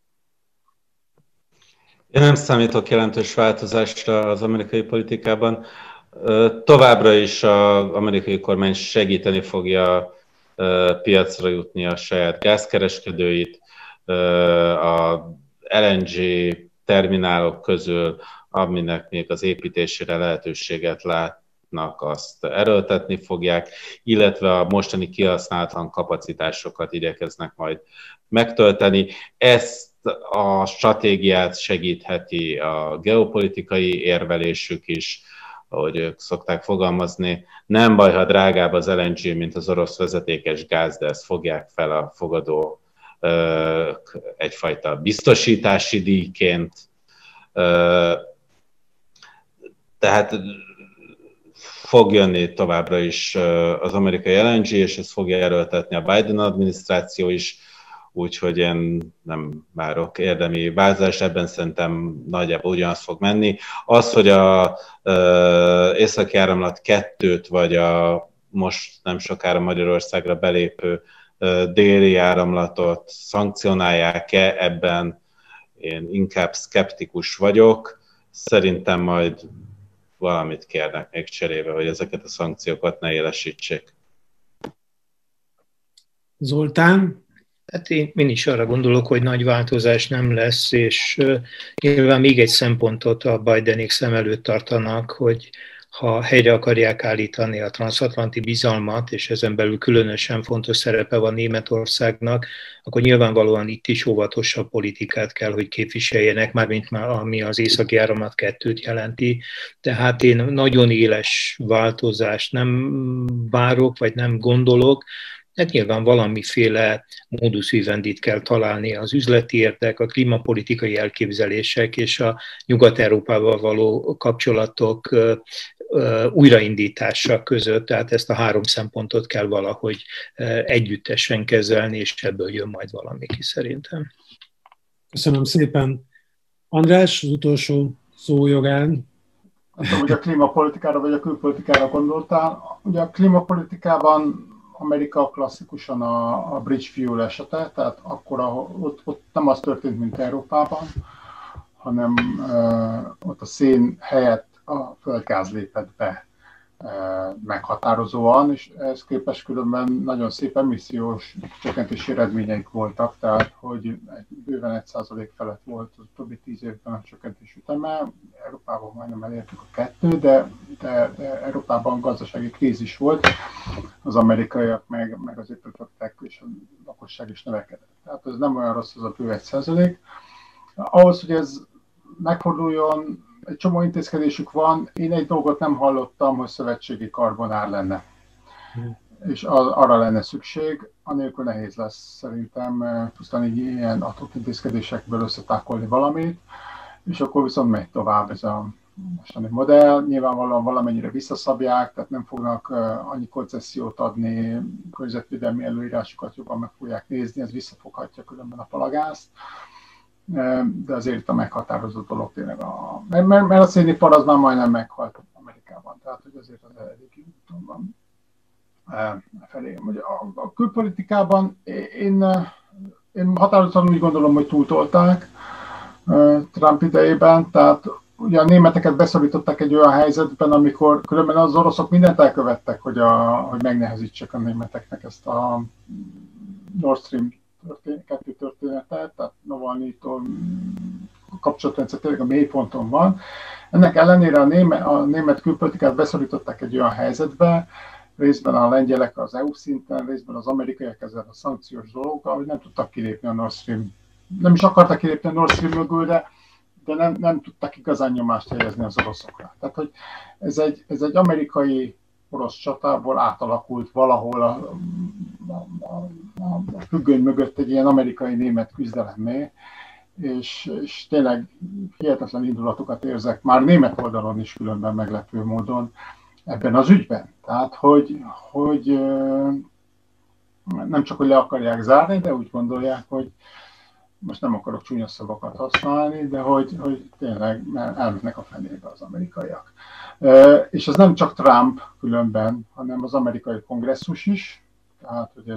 Én nem számítok jelentős változásra az amerikai politikában. Továbbra is az amerikai kormány segíteni fogja piacra jutni a saját gázkereskedőit, a LNG terminálok közül, aminek még az építésére lehetőséget látnak, azt erőltetni fogják, illetve a mostani kihasználatlan kapacitásokat igyekeznek majd megtölteni. Ezt a stratégiát segítheti a geopolitikai érvelésük is, ahogy ők szokták fogalmazni. Nem baj, ha drágább az LNG, mint az orosz vezetékes gáz, de ezt fogják fel a fogadó egyfajta biztosítási díjként. Tehát fog jönni továbbra is az amerikai LNG, és ezt fogja erőltetni a Biden adminisztráció is. úgyhogy én nem várok érdemi változást, ebben szerintem nagyjából ugyanazt fog menni. Az, hogy a Északi Áramlat 2-t, vagy a most nem sokára Magyarországra belépő déli áramlatot szankcionálják-e, ebben én inkább szkeptikus vagyok. Szerintem majd valamit kérnek még cserébe, hogy ezeket a szankciókat ne élesítsék. Zoltán? Hát én is arra gondolok, hogy nagy változás nem lesz, és nyilván még egy szempontot a Bidenék szem előtt tartanak, hogy ha helyre akarják állítani a transatlanti bizalmat, és ezen belül különösen fontos szerepe van Németországnak, akkor nyilvánvalóan itt is óvatosabb politikát kell, hogy képviseljenek, mármint ami az Északi Áramlat 2-t jelenti. Tehát én nagyon éles változást nem várok, vagy nem gondolok. Hát nyilván valamiféle modus vivendit kell találni az üzleti érdek, a klímapolitikai elképzelések és a Nyugat-Európával való kapcsolatok újraindítása között, tehát ezt a három szempontot kell valahogy együttesen kezelni, és ebből jön majd valami ki szerintem. Köszönöm szépen. András, az utolsó szó jogán. Nem tudom, hogy a klímapolitikára vagy a külpolitikára gondoltál. Ugye a klímapolitikában Amerika klasszikusan a Bridge Fuel esete, tehát akkor ott nem az történt, mint Európában, hanem ott a szén helyett a földgáz lépett be meghatározóan, és ehhez képest különben nagyon szép emissziós csökkentési eredményeik voltak, tehát hogy bőven 1% felett volt az utóbbi 10 évben a csökkentés üteme. Európában majdnem elértük a 2, de Európában gazdasági krízis volt, az amerikaiak meg azért ötöttek, és a lakosság is növekedett. Tehát ez nem olyan rossz az a bő 1%. Ahhoz, hogy ez megforduljon, egy csomó intézkedésük van. Én egy dolgot nem hallottam, hogy szövetségi karbonár lenne. És arra lenne szükség, anélkül nehéz lesz szerintem pusztán ilyen adott intézkedésekből összetákolni valamit, és akkor viszont megy tovább ez a mostani modell. Nyilvánvalóan valamennyire visszaszabják, tehát nem fognak annyi koncesziót adni, környezetvédelmi előírásokat jobban meg fogják nézni, ez visszafoghatja különben a palagázt. De azért itt a meghatározó dolog tényleg mert a szénipar az már majdnem meghalt Amerikában, tehát hogy azért az elég úton van felé. A külpolitikában én határozottan úgy gondolom, hogy túltolták Trump idejében, tehát ugye a németeket beszorították egy olyan helyzetben, amikor különben az oroszok mindent elkövettek, hogy megnehezítsék a németeknek ezt a Nord Stream 2 történetet, tehát Navalnyitól a kapcsolatrendszer tényleg a mélyponton van. Ennek ellenére a német külpolitikát beszorították egy olyan helyzetbe, részben a lengyelek az EU szinten, részben az amerikaiak ezzel a szankciós dologgal, hogy nem tudtak kilépni a Nord Stream. Nem is akartak kilépni a Nord Stream mögül, de nem tudtak igazán nyomást helyezni az oroszokra. Tehát, hogy ez egy amerikai orosz csatából átalakult valahol a függöny mögött egy ilyen amerikai-német küzdelemmé, és tényleg hihetetlen indulatokat érzek, már német oldalon is különben meglepő módon ebben az ügyben. Tehát, hogy nem csak, hogy le akarják zárni, de úgy gondolják, hogy most nem akarok csúnya szavakat használni, de hogy tényleg elmennek a fenébe az amerikaiak. És ez nem csak Trump különben, hanem az amerikai kongresszus is, tehát hogy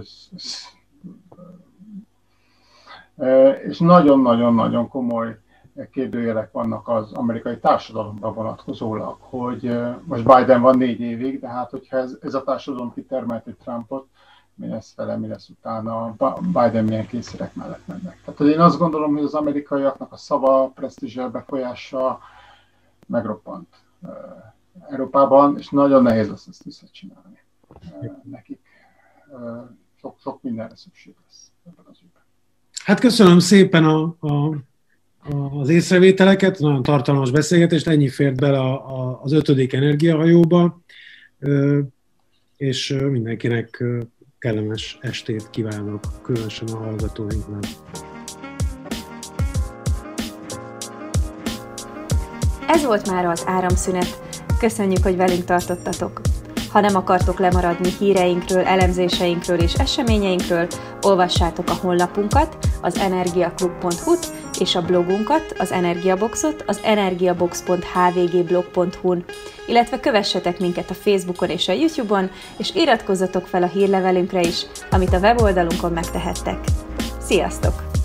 és nagyon-nagyon-nagyon komoly kérdőjelek vannak az amerikai társadalomban vonatkozólag, hogy most Biden van 4 évig, de hát hogyha ez a társadalom kitermelti Trumpot, mi lesz vele, mi lesz utána, Biden milyen kényszerek mellett mennek. Tehát én azt gondolom, hogy az amerikaiaknak a szava, presztízse, befolyása megroppant Európában, és nagyon nehéz lesz ezt visszacsinálni nekik. Sok mindenre szükség lesz ebben az ügyben. Hát köszönöm szépen az észrevételeket, nagyon tartalmas beszélgetést, ennyi fért bele az 5. energiahajóba, és mindenkinek kellemes estét kívánok, különösen a hallgatóinknak. Ez volt már az Áramszünet. Köszönjük, hogy velünk tartottatok. Ha nem akartok lemaradni híreinkről, elemzéseinkről és eseményeinkről, olvassátok a honlapunkat, az energiaklub.hu-t és a blogunkat, az Energiaboxot, az energiabox.hvgblog.hu-n, illetve kövessetek minket a Facebookon és a YouTube-on, és iratkozzatok fel a hírlevelünkre is, amit a weboldalunkon megtehettek. Sziasztok!